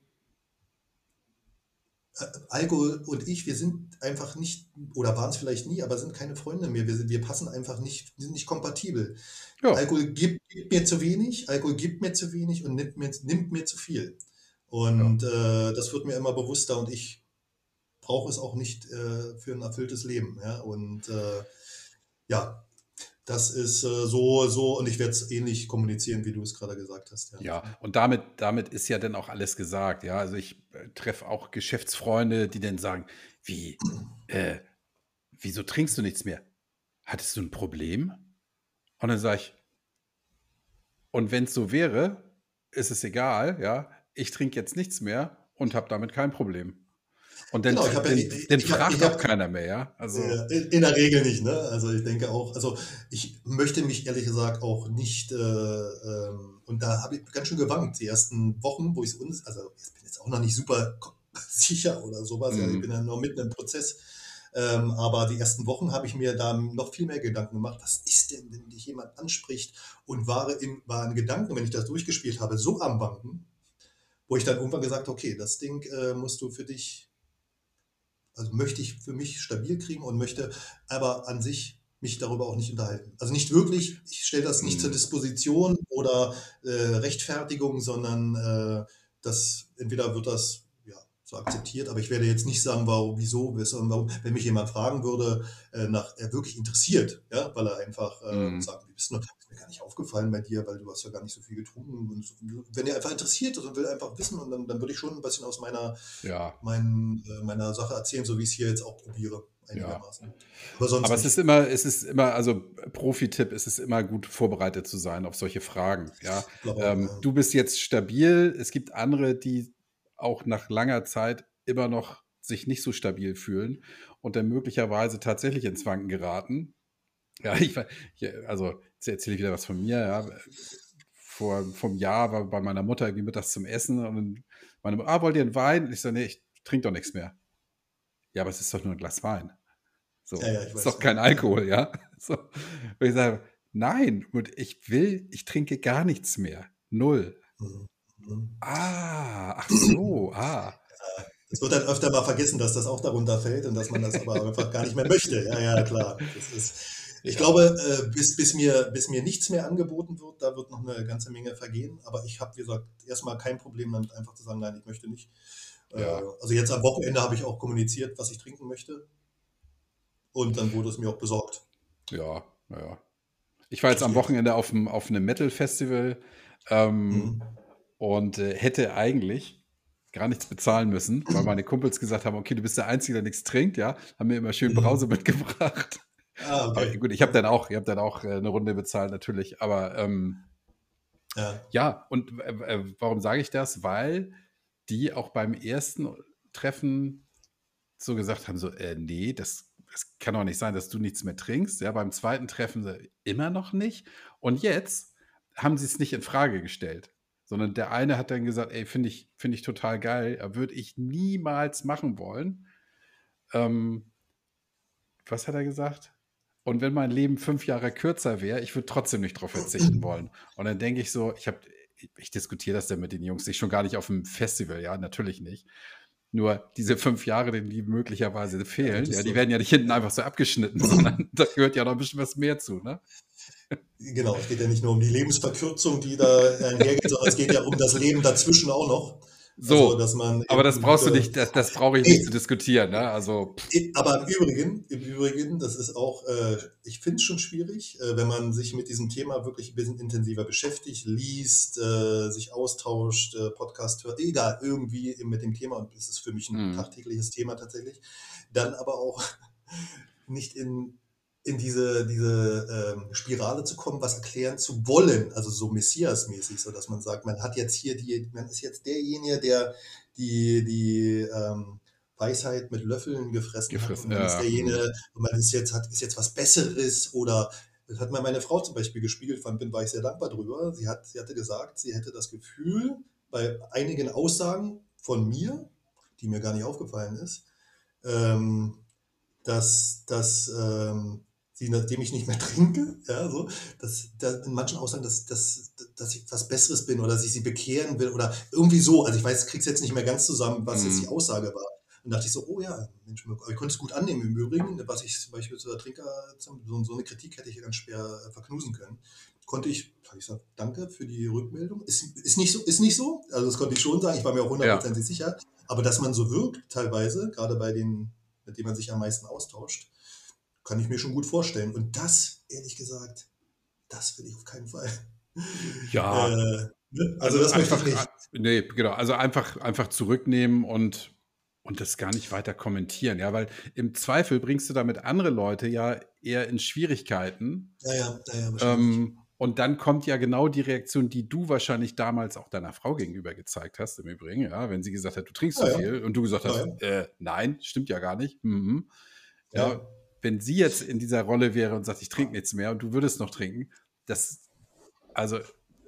äh, Alkohol und ich, wir sind einfach nicht, oder waren es vielleicht nie, aber sind keine Freunde mehr. Wir, sind, wir passen einfach nicht, wir sind nicht kompatibel. Ja, Alkohol gibt, gibt mir zu wenig, Alkohol gibt mir zu wenig und nimmt mir, nimmt mir zu viel. ja. Und äh, das wird mir immer bewusster und ich brauche es auch nicht äh, für ein erfülltes Leben. Ja? Und äh, ja, das ist äh, so, so, und ich werde es ähnlich kommunizieren, wie du es gerade gesagt hast. Ja. Ja, und damit damit ist ja dann auch alles gesagt, ja? Also, ich, äh, treffe auch Geschäftsfreunde, die dann sagen: „Wie, äh, wieso trinkst du nichts mehr? Hattest du 'n Problem?“ Und dann sage ich: „Und wenn's so wäre, ist es egal, ja? Ich trinke jetzt nichts mehr und habe damit kein Problem.“ Und dann Genau, ich tr habe ja, dann ich, dann ich habe, fragt ich auch habe keiner mehr, ja? Also, Äh, in in der Regel nicht, ne? Also, ich denke auch, also, ich möchte mich ehrlich gesagt auch nicht, äh, ähm und da habe ich ganz schön gewankt, die ersten Wochen, wo ich's uns also, ich bin jetzt auch noch nicht super ko sicher oder sowas. Ja, ich bin mhm, ja noch mitten im Prozess. Ähm, aber die ersten Wochen habe ich mir da noch viel mehr Gedanken gemacht: „Was ist denn, wenn dich jemand anspricht?“ Und war in waren Gedanken, wenn ich das durchgespielt habe, so am Wanken, wo ich dann irgendwann gesagt habe: „Okay, das Ding, äh, musst du für dich, also möchte ich für mich stabil kriegen und möchte aber an sich mich darüber auch nicht unterhalten. Also nicht wirklich, ich stelle das nicht zur mhm, Disposition oder äh, Rechtfertigung, sondern äh, das entweder wird das ja so akzeptiert, aber ich werde jetzt nicht sagen, warum, wieso, weshalb, warum, wenn mich jemand fragen würde, äh, nach er wirklich interessiert, ja, weil er einfach äh, mhm, sagt, wie bist du, ist mir gar nicht aufgefallen bei dir, weil du hast ja gar nicht so viel getrunken. Und so, wenn er einfach interessiert ist und will einfach wissen, und dann, dann würde ich schon ein bisschen aus meiner ja, mein, äh, meiner Sache erzählen, so wie ich es hier jetzt auch probiere, ja. einigermaßen. Aber sonst Aber es ist nicht. immer es ist immer also, Profi-Tipp, es ist immer gut, vorbereitet zu sein auf solche Fragen, ja? Ich glaube auch, Ähm, ja. du bist jetzt stabil. Es gibt andere, die auch nach langer Zeit immer noch sich nicht so stabil fühlen und dann möglicherweise tatsächlich ins Wanken geraten. Ja, ich war hier also, jetzt erzähle ich wieder was von mir, ja. Vor vom Jahr war bei meiner Mutter irgendwie mittags zum Essen und dann meine Mu „Ah, wollt ihr 'n Wein?“ Und ich so: „Ne, ich trinke doch nix mehr.“ „Ja, aber es ist doch nur 'n Glas Wein.“ Ja, So, ja, ich ist weiß, doch ja. kein Ja. Alkohol, ja? So. Und ich sage: „Nein, und ich will ich trinke gar nichts mehr. Null.“ Mhm. Mhm. „Ah, ach so, ah.“ Es wird dann öfter mal vergessen, dass das auch darunter fällt und dass man das aber einfach gar nicht mehr möchte. Ja, ja, klar. Das ist, ich Ja, glaube, äh, bis, bis, mir, bis mir nichts mehr angeboten wird, da wird noch eine ganze Menge vergehen. Aber ich habe, wie gesagt, erstmal kein Problem damit, einfach zu sagen, nein, ich möchte nicht. Äh, ja, also jetzt am Wochenende habe ich auch kommuniziert, was ich trinken möchte. Und dann wurde es mir auch besorgt. ja, ja, ja. Ich war jetzt Das am geht. Wochenende auf'm auf 'nem Metal-Festival, ähm, Mhm. und, äh, hätte eigentlich gar nichts bezahlen müssen, weil meine Kumpels gesagt haben: „Okay, du bist der Einzige, der nix trinkt“, ja? Haben mir immer schön Brause Mhm. mitgebracht. Ah, Aber okay. gut, ich habe dann auch ich habe dann auch, äh, 'ne Runde bezahlt natürlich, aber, ähm Ja. ja, und w äh, warum sage ich das? Weil die auch beim ersten Treffen so gesagt haben, so: „Äh, ne, das das kann doch nicht sein, dass du nichts mehr trinkst.“ Ja, beim zweiten Treffen so: „Immer noch nicht?“ Und jetzt haben sie's nicht infrage gestellt, Sondern der eine hat dann gesagt, ey, finde ich, finde ich total geil, würde ich niemals machen wollen. Ähm, was hat er gesagt? Und wenn mein Leben fünf Jahre kürzer wäre, ich würde trotzdem nicht darauf verzichten wollen. Und dann denke ich so, ich habe, ich diskutiere das dann mit den Jungs, ich schon gar nicht auf dem Festival, ja, natürlich nicht. Nur diese fünf Jahre, die möglicherweise fehlen, Ja, ja, die so. werden ja nicht hinten einfach so abgeschnitten, sondern da gehört ja noch ein bisschen was mehr zu, ne? Genau, es geht ja nicht nur um die Lebensverkürzung, die da einhergeht, sondern es geht ja um das Leben dazwischen auch noch. Also, So, dass man aber das eben, brauchst du äh, nicht, das, das brauche ich nicht zu nee, diskutieren, ne? Also, pff, aber im Übrigen, im Übrigen, das ist auch, äh, ich finde es schon schwierig, äh, wenn man sich mit diesem Thema wirklich ein bisschen intensiver beschäftigt, liest, äh, sich austauscht, äh, Podcast hört, egal, irgendwie mit dem Thema, und das ist für mich ein hm, tagtägliches Thema tatsächlich, dann aber auch nicht in, in diese, diese ähm, Spirale zu kommen, was erklären zu wollen, also so Messias-mäßig, so dass man sagt, man hat jetzt hier die, man ist jetzt derjenige, der die, die ähm, Weisheit mit Löffeln gefressen hat, und gefressen, man ist ja, hm, derjenige, und man ist jetzt, hat, ist jetzt was Besseres, oder das hat mir meine Frau zum Beispiel gespiegelt, fand, bin, war ich sehr dankbar drüber. Sie hat, sie hatte gesagt, sie hätte das Gefühl, bei einigen Aussagen von mir, die mir gar nicht aufgefallen ist, ähm, dass, dass ähm, sie, nachdem ich nicht mehr trinke, ja, so, dass, dass in manchen Aussagen, dass, dass, dass ich was Besseres bin oder dass ich sie bekehren will oder irgendwie so. Also ich weiß, krieg's jetzt nicht mehr ganz zusammen, was jetzt die hm, Aussage war. Und dachte ich so, oh ja, Mensch, aber ich konnte es gut annehmen im Übrigen, was ich zum Beispiel zu der Trinker, so, so eine Kritik hätte ich ganz schwer äh, verknusen können. Konnte ich, habe ich gesagt, danke für die Rückmeldung. Ist, ist, nicht so, ist nicht so, also das konnte ich schon sagen, ich war mir auch ja, hundertprozentig sicher. Aber dass man so wirkt, teilweise, gerade bei den, mit denen man sich am meisten austauscht, kann ich mir schon gut vorstellen. Und das, ehrlich gesagt, das will ich auf keinen Fall. ja, Äh, ne? Also also das möchte ich einfach, nicht. äh, nee, genau, also einfach, einfach zurücknehmen und, und das gar nicht weiter kommentieren, ja, weil im Zweifel bringst du damit andere Leute ja eher in Schwierigkeiten. Ja, ja, ja, ja, wahrscheinlich. Ähm, und dann kommt ja genau die Reaktion, die du wahrscheinlich damals auch deiner Frau gegenüber gezeigt hast, im Übrigen, ja, wenn sie gesagt hat, du trinkst Ja, zu ja, viel und du gesagt ja, hast, ja, äh, nein, stimmt ja gar nicht. Mhm. Ja, ja. wenn sie jetzt in dieser Rolle wäre und sagt, ich trinke nichts mehr und du würdest noch trinken, das, also,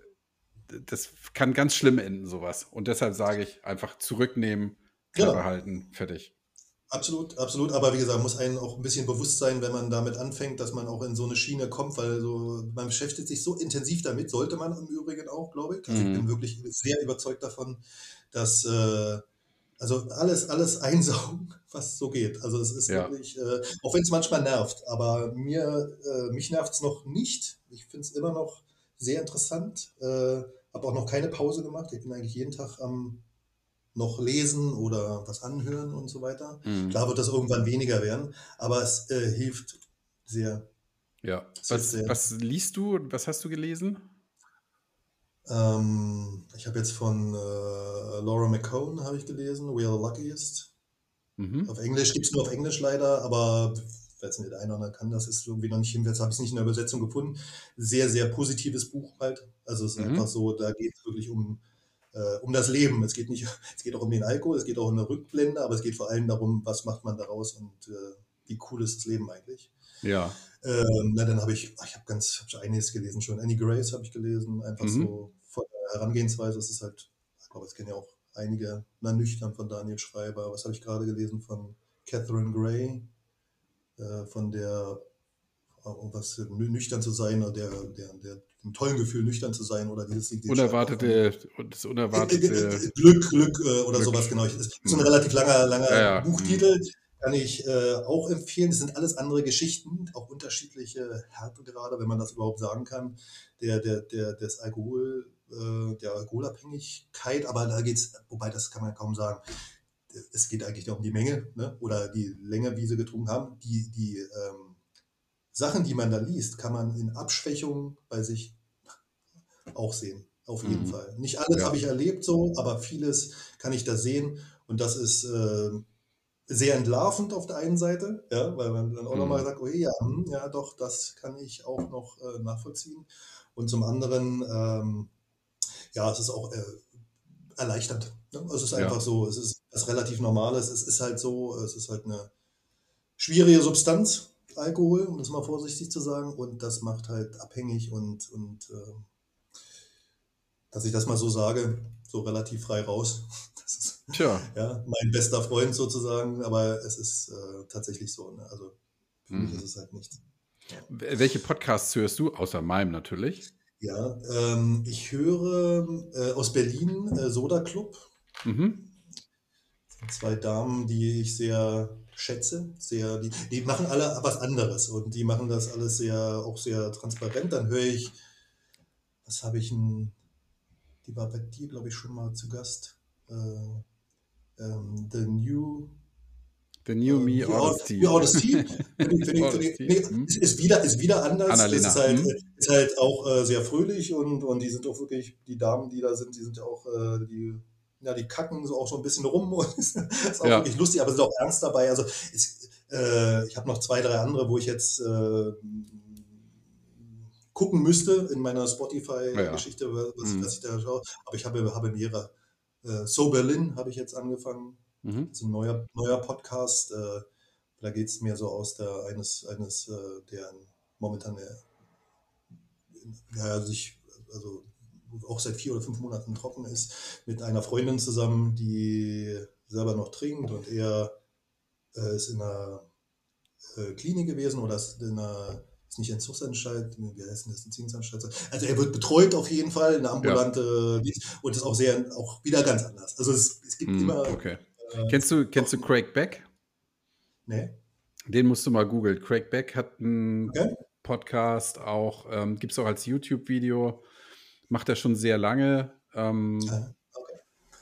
das kann ganz schlimm enden, sowas. Und deshalb sage ich einfach zurücknehmen, Klappe Genau. halten, fertig. Absolut, absolut. Aber wie gesagt, muss einem auch ein bisschen bewusst sein, wenn man damit anfängt, dass man auch in so eine Schiene kommt, weil so, man beschäftigt sich so intensiv damit, sollte man im Übrigen auch, glaube ich. Also ich bin Mhm. wirklich sehr überzeugt davon, dass äh, also alles, alles einsaugen, was so geht. Also es ist Ja. wirklich, äh, auch wenn es manchmal nervt, aber mir, äh, mich nervt es noch nicht. Ich finde es immer noch sehr interessant. Äh, habe auch noch keine Pause gemacht. Ich bin eigentlich jeden Tag am noch lesen oder was anhören und so weiter. Mhm. Klar wird das irgendwann weniger werden, aber es äh, hilft sehr. Ja. Es hilft Was, sehr. was liest du? Was hast du gelesen? Ähm, ich habe jetzt von äh, Laura McCone habe ich gelesen, We Are the Luckiest. Mhm. Auf Englisch gibt es nur auf Englisch leider, aber falls nicht der eine oder andere kann, das ist irgendwie noch nicht hin, jetzt habe ich es nicht in der Übersetzung gefunden. Sehr, sehr positives Buch halt. Also es ist einfach Mhm. so, da geht es wirklich um, äh, um das Leben. Es geht nicht, es geht auch um den Alkohol, es geht auch um eine Rückblende, aber es geht vor allem darum, was macht man daraus und äh, wie cool ist das Leben eigentlich. Ja. Ähm, na, dann habe ich, ach, ich habe ganz, hab schon einiges gelesen schon. Annie Grace habe ich gelesen, einfach Mhm. so von der Herangehensweise. Es ist halt, ich glaube, es kennen ja auch einige, na, nüchtern von Daniel Schreiber. Was habe ich gerade gelesen von Catherine Gray, äh, von der, äh, um was nü- nüchtern zu sein, oder der, der, der, dem tollen Gefühl, nüchtern zu sein, oder dieses, die schreibt auch von Unerwartete, das äh, äh, unerwartete äh, Glück, Glück äh, oder Glück. sowas, genau. Das ist so ein Hm. relativ langer, Ja, langer ja. Hm. Buchtitel, kann ich äh, auch empfehlen. Das sind alles andere Geschichten, auch unterschiedliche Härtegrade, wenn man das überhaupt sagen kann, der, der, der, des Alkohol, äh, der Alkoholabhängigkeit, aber da geht's, wobei das kann man kaum sagen. Es geht eigentlich nur um die Menge, ne? Oder die Länge, wie sie getrunken haben. Die, die ähm, Sachen, die man da liest, kann man in Abschwächung bei sich auch sehen, auf jeden Mhm. Fall. Nicht alles habe Ja. ich erlebt so, aber vieles kann ich da sehen und das ist äh, sehr entlarvend auf der einen Seite, ja, weil man dann auch nochmal Mhm. sagt, oh ja, hm, ja doch, das kann ich auch noch äh, nachvollziehen. Und zum anderen, ähm, ja, es ist auch äh, erleichternd. Ne? Also es ist Ja. einfach so, es ist was relativ Normales, es ist halt so, es ist halt eine schwierige Substanz, Alkohol, um das mal vorsichtig zu sagen, und das macht halt abhängig und, und äh, dass ich das mal so sage, so relativ frei raus. Das ist Tja. ja mein bester Freund sozusagen, aber es ist äh, tatsächlich so. Ne? Also für mich ist Mhm. es halt nichts. Ja, Welche Podcasts hörst du? Außer meinem natürlich. ja ähm, ich höre äh, aus Berlin äh, Soda Club. Mhm. Zwei Damen, die ich sehr schätze. Sehr, die, die machen alle was anderes und die machen das alles sehr, auch sehr transparent. Dann höre ich, was habe ich denn, die war bei dir, glaube ich, schon mal zu Gast. Äh, ähm, The New, The New äh, Me New, Out, New Honesty. Honesty. Finde ich, finde ich, finde ich, Honesty. nee, Hm? ist, ist, wieder, ist wieder anders. Es ist Annalena. halt, äh, Hm? ist halt auch äh, sehr fröhlich und, und die sind auch wirklich, die Damen, die da sind, die sind ja auch, äh, die, ja, die kacken so auch so ein bisschen rum und ist, ist auch Ja. wirklich lustig, aber sind auch ernst dabei. Also ist, äh, ich habe noch zwei, drei andere, wo ich jetzt äh, gucken müsste in meiner Ja, ja. Spotify-Geschichte, was, was Mhm. ich da schaue. Aber ich habe, habe mehrere. Äh, So Berlin habe ich jetzt angefangen. Mhm. Das ist ein neuer, neuer Podcast. Äh, da geht es mir so aus der eines, eines äh, der momentan äh, ja, sich, also auch seit vier oder fünf Monaten trocken ist, mit einer Freundin zusammen, die selber noch trinkt und er äh, ist in einer äh, Klinik gewesen oder ist in einer, ist nicht Entzugsanstalt, wie heißt denn das, Entziehungsanstalt? Also er wird betreut auf jeden Fall, eine Ja. ambulante Dienst und ist auch sehr, auch wieder ganz anders. Also es, es gibt Mhm. immer, Okay. äh, Kennst es du, gibt kennst doch, du Craig Beck? ne, Den musst du mal googeln. Craig Beck hat einen okay, Podcast auch, ähm, gibt es auch als YouTube-Video. Macht er schon sehr lange. Ähm, äh, okay.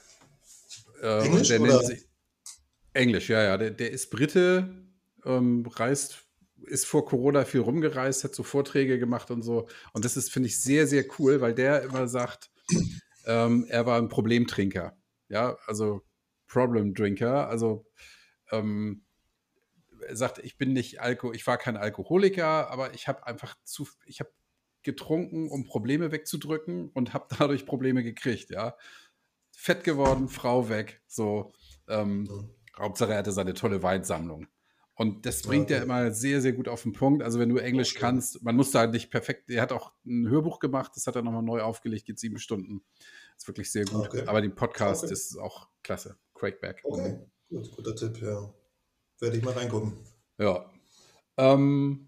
äh, und Englisch der oder? nennt sich Englisch, ja, ja. Der, der ist Brite, ähm, reist, ist vor Corona viel rumgereist, hat so Vorträge gemacht und so. Und das ist, finde ich, sehr, sehr cool, weil der immer sagt, ähm, er war ein Problemtrinker. Ja, also Problem Drinker. Also ähm, er sagt, ich bin nicht Alko, ich war kein Alkoholiker, aber ich habe einfach zu, ich habe getrunken, um Probleme wegzudrücken und habe dadurch Probleme gekriegt, ja. Fett geworden, Frau weg, so. Ähm, Hm, Hauptsache er hatte seine tolle Weinsammlung. Und das ja, bringt er okay, immer sehr, sehr gut auf den Punkt. Also wenn du auch Englisch schön. kannst, man muss da nicht perfekt, er hat auch ein Hörbuch gemacht, das hat er nochmal neu aufgelegt, geht sieben Stunden. Ist wirklich sehr Ah, gut. okay, Aber den ah, Podcast okay, ist auch klasse. Craig Beck. okay, Mhm. gut, guter Tipp, ja. Werde ich mal reingucken. Ja. Ähm,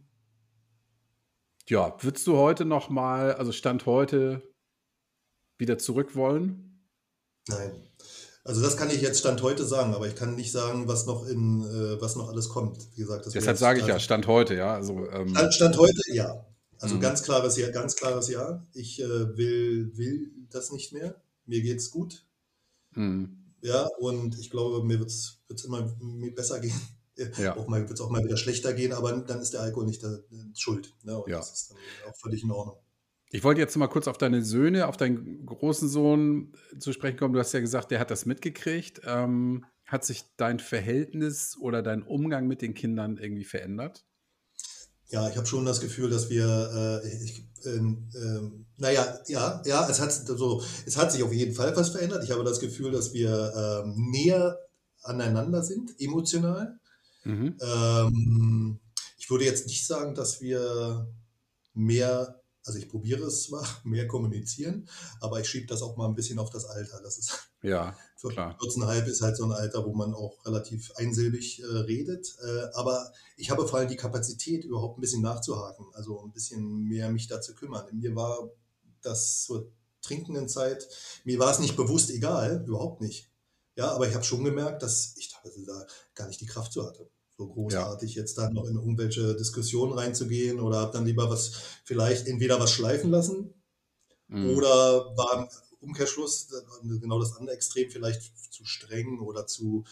ja, würdest du heute nochmal, also Stand heute, wieder zurück wollen? Nein. Also das kann ich jetzt Stand heute sagen, aber ich kann nicht sagen, was noch in, äh, was noch alles kommt. Wie gesagt, das wäre Deshalb jetzt, sage ich da ja, Stand heute, ja. Also, Stand, ähm, Stand heute, ja. Also mhm. ganz klares Ja, ganz klares Ja. Ich äh, will, will das nicht mehr. Mir geht's gut. Mhm. Ja, und ich glaube, mir wird's wird's immer besser gehen. Ja, Auch mal wird's auch mal wieder schlechter gehen, aber dann ist der Alkohol nicht der, schuld. Ne? Und ja. das ist dann auch völlig in Ordnung. Ich wollte jetzt noch mal kurz auf deine Söhne, auf deinen großen Sohn zu sprechen kommen. Du hast ja gesagt, der hat das mitgekriegt. Ähm, hat sich dein Verhältnis oder dein Umgang mit den Kindern irgendwie verändert? Ja, ich habe schon das Gefühl, dass wir, äh, ich, ähm, ähm, naja, ja, ja, es hat, so, es hat sich auf jeden Fall was verändert. Ich habe das Gefühl, dass wir ähm, näher aneinander sind, emotional. Mhm. Ähm, ich würde jetzt nicht sagen, dass wir mehr, also ich probiere es zwar, mehr kommunizieren, aber ich schiebe das auch mal ein bisschen auf das Alter. Das ist Ja, klar. vierzehn Komma fünf ist halt so ein Alter, wo man auch relativ einsilbig äh, redet. Äh, aber ich habe vor allem die Kapazität, überhaupt ein bisschen nachzuhaken, also ein bisschen mehr mich da zu kümmern. Mir war das zur trinkenden Zeit, mir war es nicht bewusst egal, überhaupt nicht. Ja, aber ich habe schon gemerkt, dass ich teilweise da gar nicht die Kraft zu hatte, so Ja. großartig jetzt dann noch in irgendwelche Diskussionen reinzugehen oder habe dann lieber was, vielleicht entweder was schleifen lassen Mhm. oder war im Umkehrschluss äh, genau das andere Extrem vielleicht zu streng oder zu,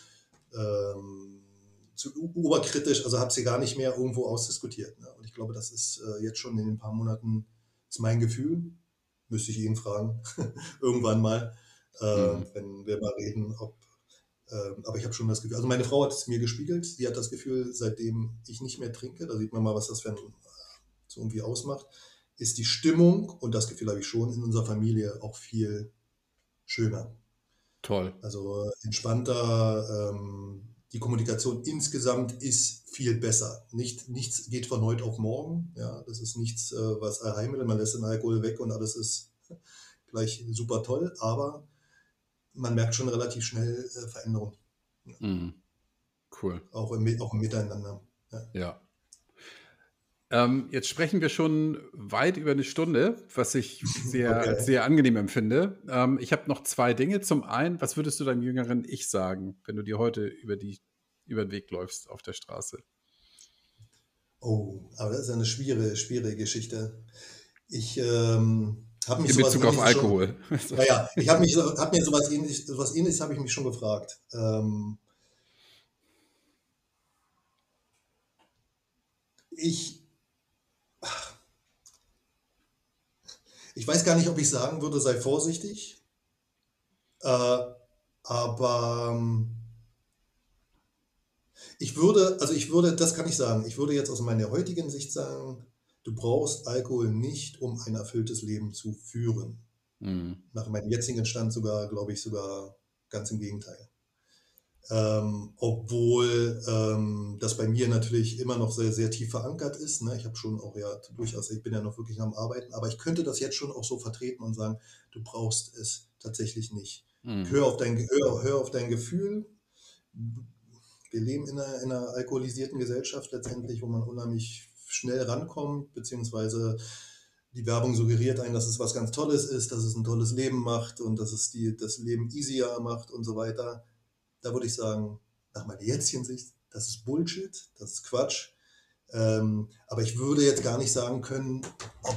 ähm, zu oberkritisch, also habe sie gar nicht mehr irgendwo ausdiskutiert. Ne? Und ich glaube, das ist äh, jetzt schon in den paar Monaten ist mein Gefühl, müsste ich ihn fragen, irgendwann mal, äh, Mhm. wenn wir mal reden, ob äh, aber ich habe schon das Gefühl, also meine Frau hat es mir gespiegelt, sie hat das Gefühl, seitdem ich nicht mehr trinke, da sieht man mal, was das für ein, so irgendwie ausmacht, ist die Stimmung, und das Gefühl habe ich schon, in unserer Familie auch viel schöner. Toll. Also äh, entspannter, ähm, die Kommunikation insgesamt ist viel besser. Nicht, nichts geht von heute auf morgen. Ja, das ist nichts, äh, was Allheilmittel, man lässt den Alkohol weg und alles ist gleich super toll, aber man merkt schon relativ schnell äh, Veränderungen. Ja. Mhm. Cool. Auch im, auch im Miteinander. Ja. Ja. Ähm, jetzt sprechen wir schon weit über eine Stunde, was ich sehr, Okay. als sehr angenehm empfinde. Ähm, ich habe noch zwei Dinge. Zum einen, was würdest du deinem jüngeren Ich sagen, wenn du dir heute über, die, über den Weg läufst auf der Straße? Oh, aber das ist eine schwierige, schwierige Geschichte. Ich ähm, habe mich In sowas Bezug auf ähnliches schon, Alkohol. naja, ich habe mich, so- hab mir sowas ähnliches, sowas ähnliches habe ich mich schon gefragt. Ähm, ich, ich weiß gar nicht, ob ich sagen würde, sei vorsichtig, äh, aber ähm, ich würde, also ich würde, das kann ich sagen, ich würde jetzt aus meiner heutigen Sicht sagen, du brauchst Alkohol nicht, um ein erfülltes Leben zu führen. Mhm. Nach meinem jetzigen Stand sogar, glaube ich, sogar ganz im Gegenteil. Ähm, obwohl ähm, das bei mir natürlich immer noch sehr, sehr tief verankert ist. Ne? Ich habe schon auch ja durchaus, ich bin ja noch wirklich am Arbeiten, aber ich könnte das jetzt schon auch so vertreten und sagen, du brauchst es tatsächlich nicht. Mhm. Hör auf dein, hör, hör auf dein Gefühl. Wir leben in einer, in einer alkoholisierten Gesellschaft letztendlich, wo man unheimlich schnell rankommt, beziehungsweise die Werbung suggeriert einen, dass es was ganz Tolles ist, dass es ein tolles Leben macht und dass es die, das Leben easier macht und so weiter. Da würde ich sagen, nach meiner jetzigen Sicht, das ist Bullshit, das ist Quatsch. Ähm, aber ich würde jetzt gar nicht sagen können, ob,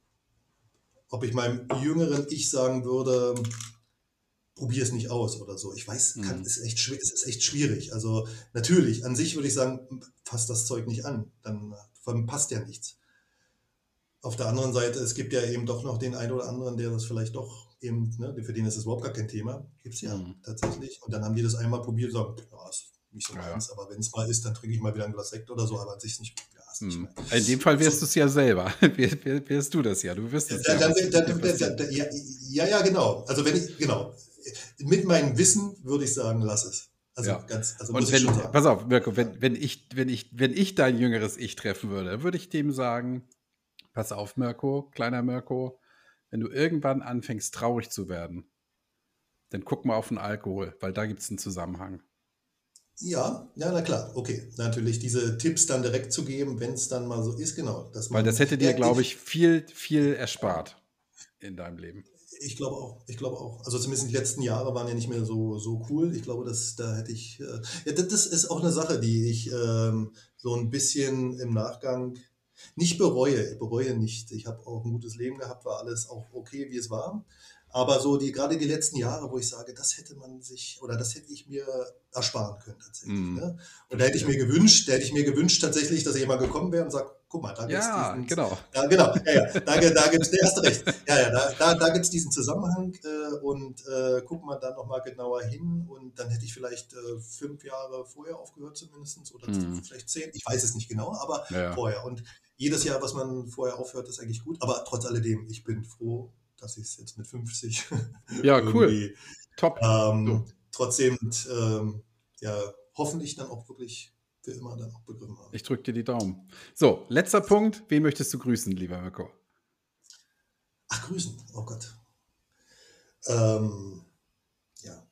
ob ich meinem jüngeren Ich sagen würde, probier es nicht aus oder so. Ich weiß, kann, Mhm. ist echt schwer, es ist echt schwierig. Also natürlich, an sich würde ich sagen, fass das Zeug nicht an, dann passt ja nichts. Auf der anderen Seite, es gibt ja eben doch noch den einen oder anderen, der das vielleicht doch eben, ne, für den ist das überhaupt gar kein Thema. Gibt es ja Mhm. tatsächlich. Und dann haben die das einmal probiert und sagen, ja, ist nicht so Ja, ja. meins, aber wenn es mal ist, dann trinke ich mal wieder ein Glas Sekt oder so, aber an sich ist nicht, ja, ist nicht Mhm. meins. In dem Fall wärst So, du es ja selber. Wär- wär- Wärst du das ja. Du wüsstest dann, ja, dann, was dann, dir dann, passiert. dann, ja, ja, ja, genau. Also wenn ich, genau. Mit meinem Wissen würde ich sagen, lass es. Also Ja. ganz, also muss Und ich schon wenn, sagen. pass auf, Mirko, wenn, wenn ich, wenn ich, wenn ich dein jüngeres Ich treffen würde, würde ich dem sagen, pass auf, Mirko, kleiner Mirko, wenn du irgendwann anfängst, traurig zu werden, dann guck mal auf den Alkohol, weil da gibt es einen Zusammenhang. Ja, ja, na klar, okay. Natürlich diese Tipps dann direkt zu geben, wenn es dann mal so ist, genau. Dass Weil das man, hätte dir, ja, glaube ich, ich, viel, viel erspart in deinem Leben. ich glaube auch, ich glaube auch. Also zumindest die letzten Jahre waren ja nicht mehr so, so cool. Ich glaube, dass da hätte ich, äh, ja, das, das ist auch eine Sache, die ich ähm, so ein bisschen im Nachgang nicht bereue. Ich bereue nicht. Ich habe auch ein gutes Leben gehabt, war alles auch okay, wie es war. Aber so die, gerade die letzten Jahre, wo ich sage, das hätte man sich oder das hätte ich mir ersparen können tatsächlich. Mm, Ne? Und da hätte ich mir verstehe. gewünscht, da hätte ich mir gewünscht tatsächlich, dass jemand gekommen wäre und sagt, guck mal, da gibt es Ja, diesen, genau. ja, genau, ja, ja, da, da gibt es, nee, hast du recht, ja, ja, da, da, da gibt es diesen Zusammenhang äh, und äh, guck mal dann nochmal genauer hin und dann hätte ich vielleicht äh, fünf Jahre vorher aufgehört zumindest oder Mm, vielleicht zehn, ich weiß es nicht genau, aber ja, ja. vorher. Und jedes Jahr, was man vorher aufhört, ist eigentlich gut, aber trotz alledem, ich bin froh, dass ich es jetzt mit fünfzig Ja, cool. irgendwie Top. ähm, So, trotzdem ähm, ja, hoffentlich dann auch wirklich für immer dann auch begriffen habe. ich drücke dir die Daumen. So, letzter Punkt. Wen möchtest du grüßen, lieber Mirko? Ach, grüßen, oh Gott. Ähm, ja,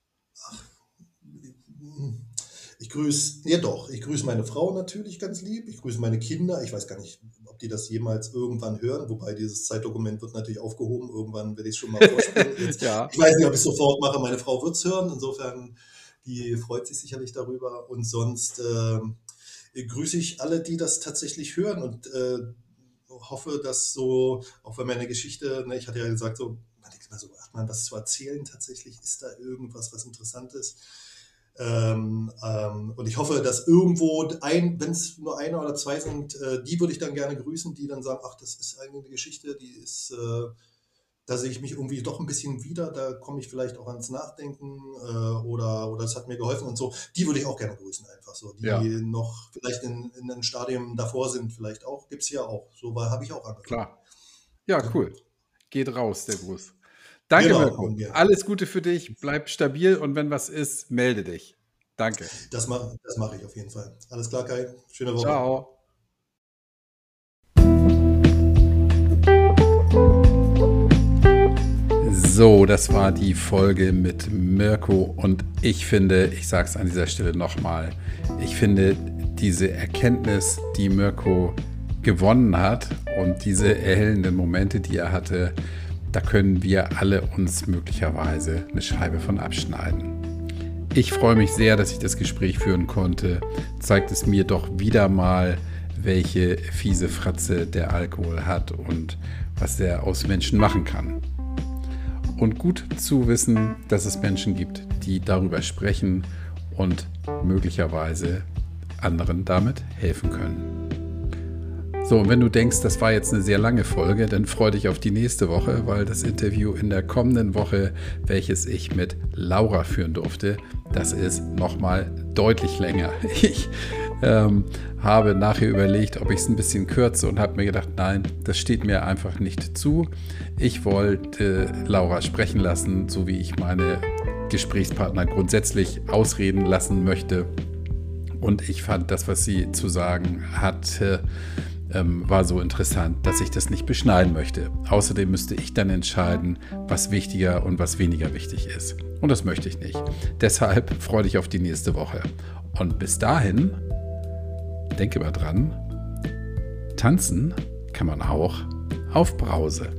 ich grüße, ja doch, ich grüße meine Frau natürlich ganz lieb, ich grüße meine Kinder, ich weiß gar nicht, ob die das jemals irgendwann hören, wobei dieses Zeitdokument wird natürlich aufgehoben, irgendwann werde ich es schon mal vorspielen. Jetzt, Ja, ich weiß nicht, ob ich es sofort mache, meine Frau wird es hören, insofern, die freut sich sicherlich darüber und sonst ähm, grüße ich alle, die das tatsächlich hören und äh, hoffe, dass so, auch wenn meine Geschichte, ne, ich hatte ja gesagt, so, man denkt immer so, hat man was zu erzählen tatsächlich, ist da irgendwas, was interessant ist? Ähm, ähm, und ich hoffe, dass irgendwo, ein, wenn es nur einer oder zwei sind, äh, die würde ich dann gerne grüßen, die dann sagen, ach, das ist eigentlich eine Geschichte, die ist, äh, da sehe ich mich irgendwie doch ein bisschen wieder, da komme ich vielleicht auch ans Nachdenken äh, oder, oder es hat mir geholfen und so. Die würde ich auch gerne grüßen einfach so, die ja, noch vielleicht in, in einem Stadium davor sind, vielleicht auch, gibt es ja auch. So habe ich auch angefangen. klar. Ja, Ja. cool. Geht raus, der Gruß. Danke, Genau, Mirko. und ja, Alles Gute für dich. Bleib stabil und wenn was ist, melde dich. Danke. das mache das mach ich auf jeden Fall. Alles klar, Kai. Schöne Woche. Ciao. So, das war die Folge mit Mirko und ich finde, ich sage es an dieser Stelle nochmal, ich finde diese Erkenntnis, die Mirko gewonnen hat und diese erhellenden Momente, die er hatte, da können wir alle uns möglicherweise eine Scheibe von abschneiden. Ich freue mich sehr, dass ich das Gespräch führen konnte. Zeigt es mir doch wieder mal, welche fiese Fratze der Alkohol hat und was er aus Menschen machen kann. Und gut zu wissen, dass es Menschen gibt, die darüber sprechen und möglicherweise anderen damit helfen können. So, und wenn du denkst, das war jetzt eine sehr lange Folge, dann freu dich auf die nächste Woche, weil das Interview in der kommenden Woche, welches ich mit Laura führen durfte, das ist nochmal deutlich länger. Ich ähm, habe nachher überlegt, ob ich es ein bisschen kürze und habe mir gedacht, nein, das steht mir einfach nicht zu. Ich wollte Laura sprechen lassen, so wie ich meine Gesprächspartner grundsätzlich ausreden lassen möchte. Und ich fand das, was sie zu sagen hatte, ähm, war so interessant, dass ich das nicht beschneiden möchte. Außerdem müsste ich dann entscheiden, was wichtiger und was weniger wichtig ist. Und das möchte ich nicht. Deshalb freue dich auf die nächste Woche. Und bis dahin, denke mal dran, tanzen kann man auch auf Brause.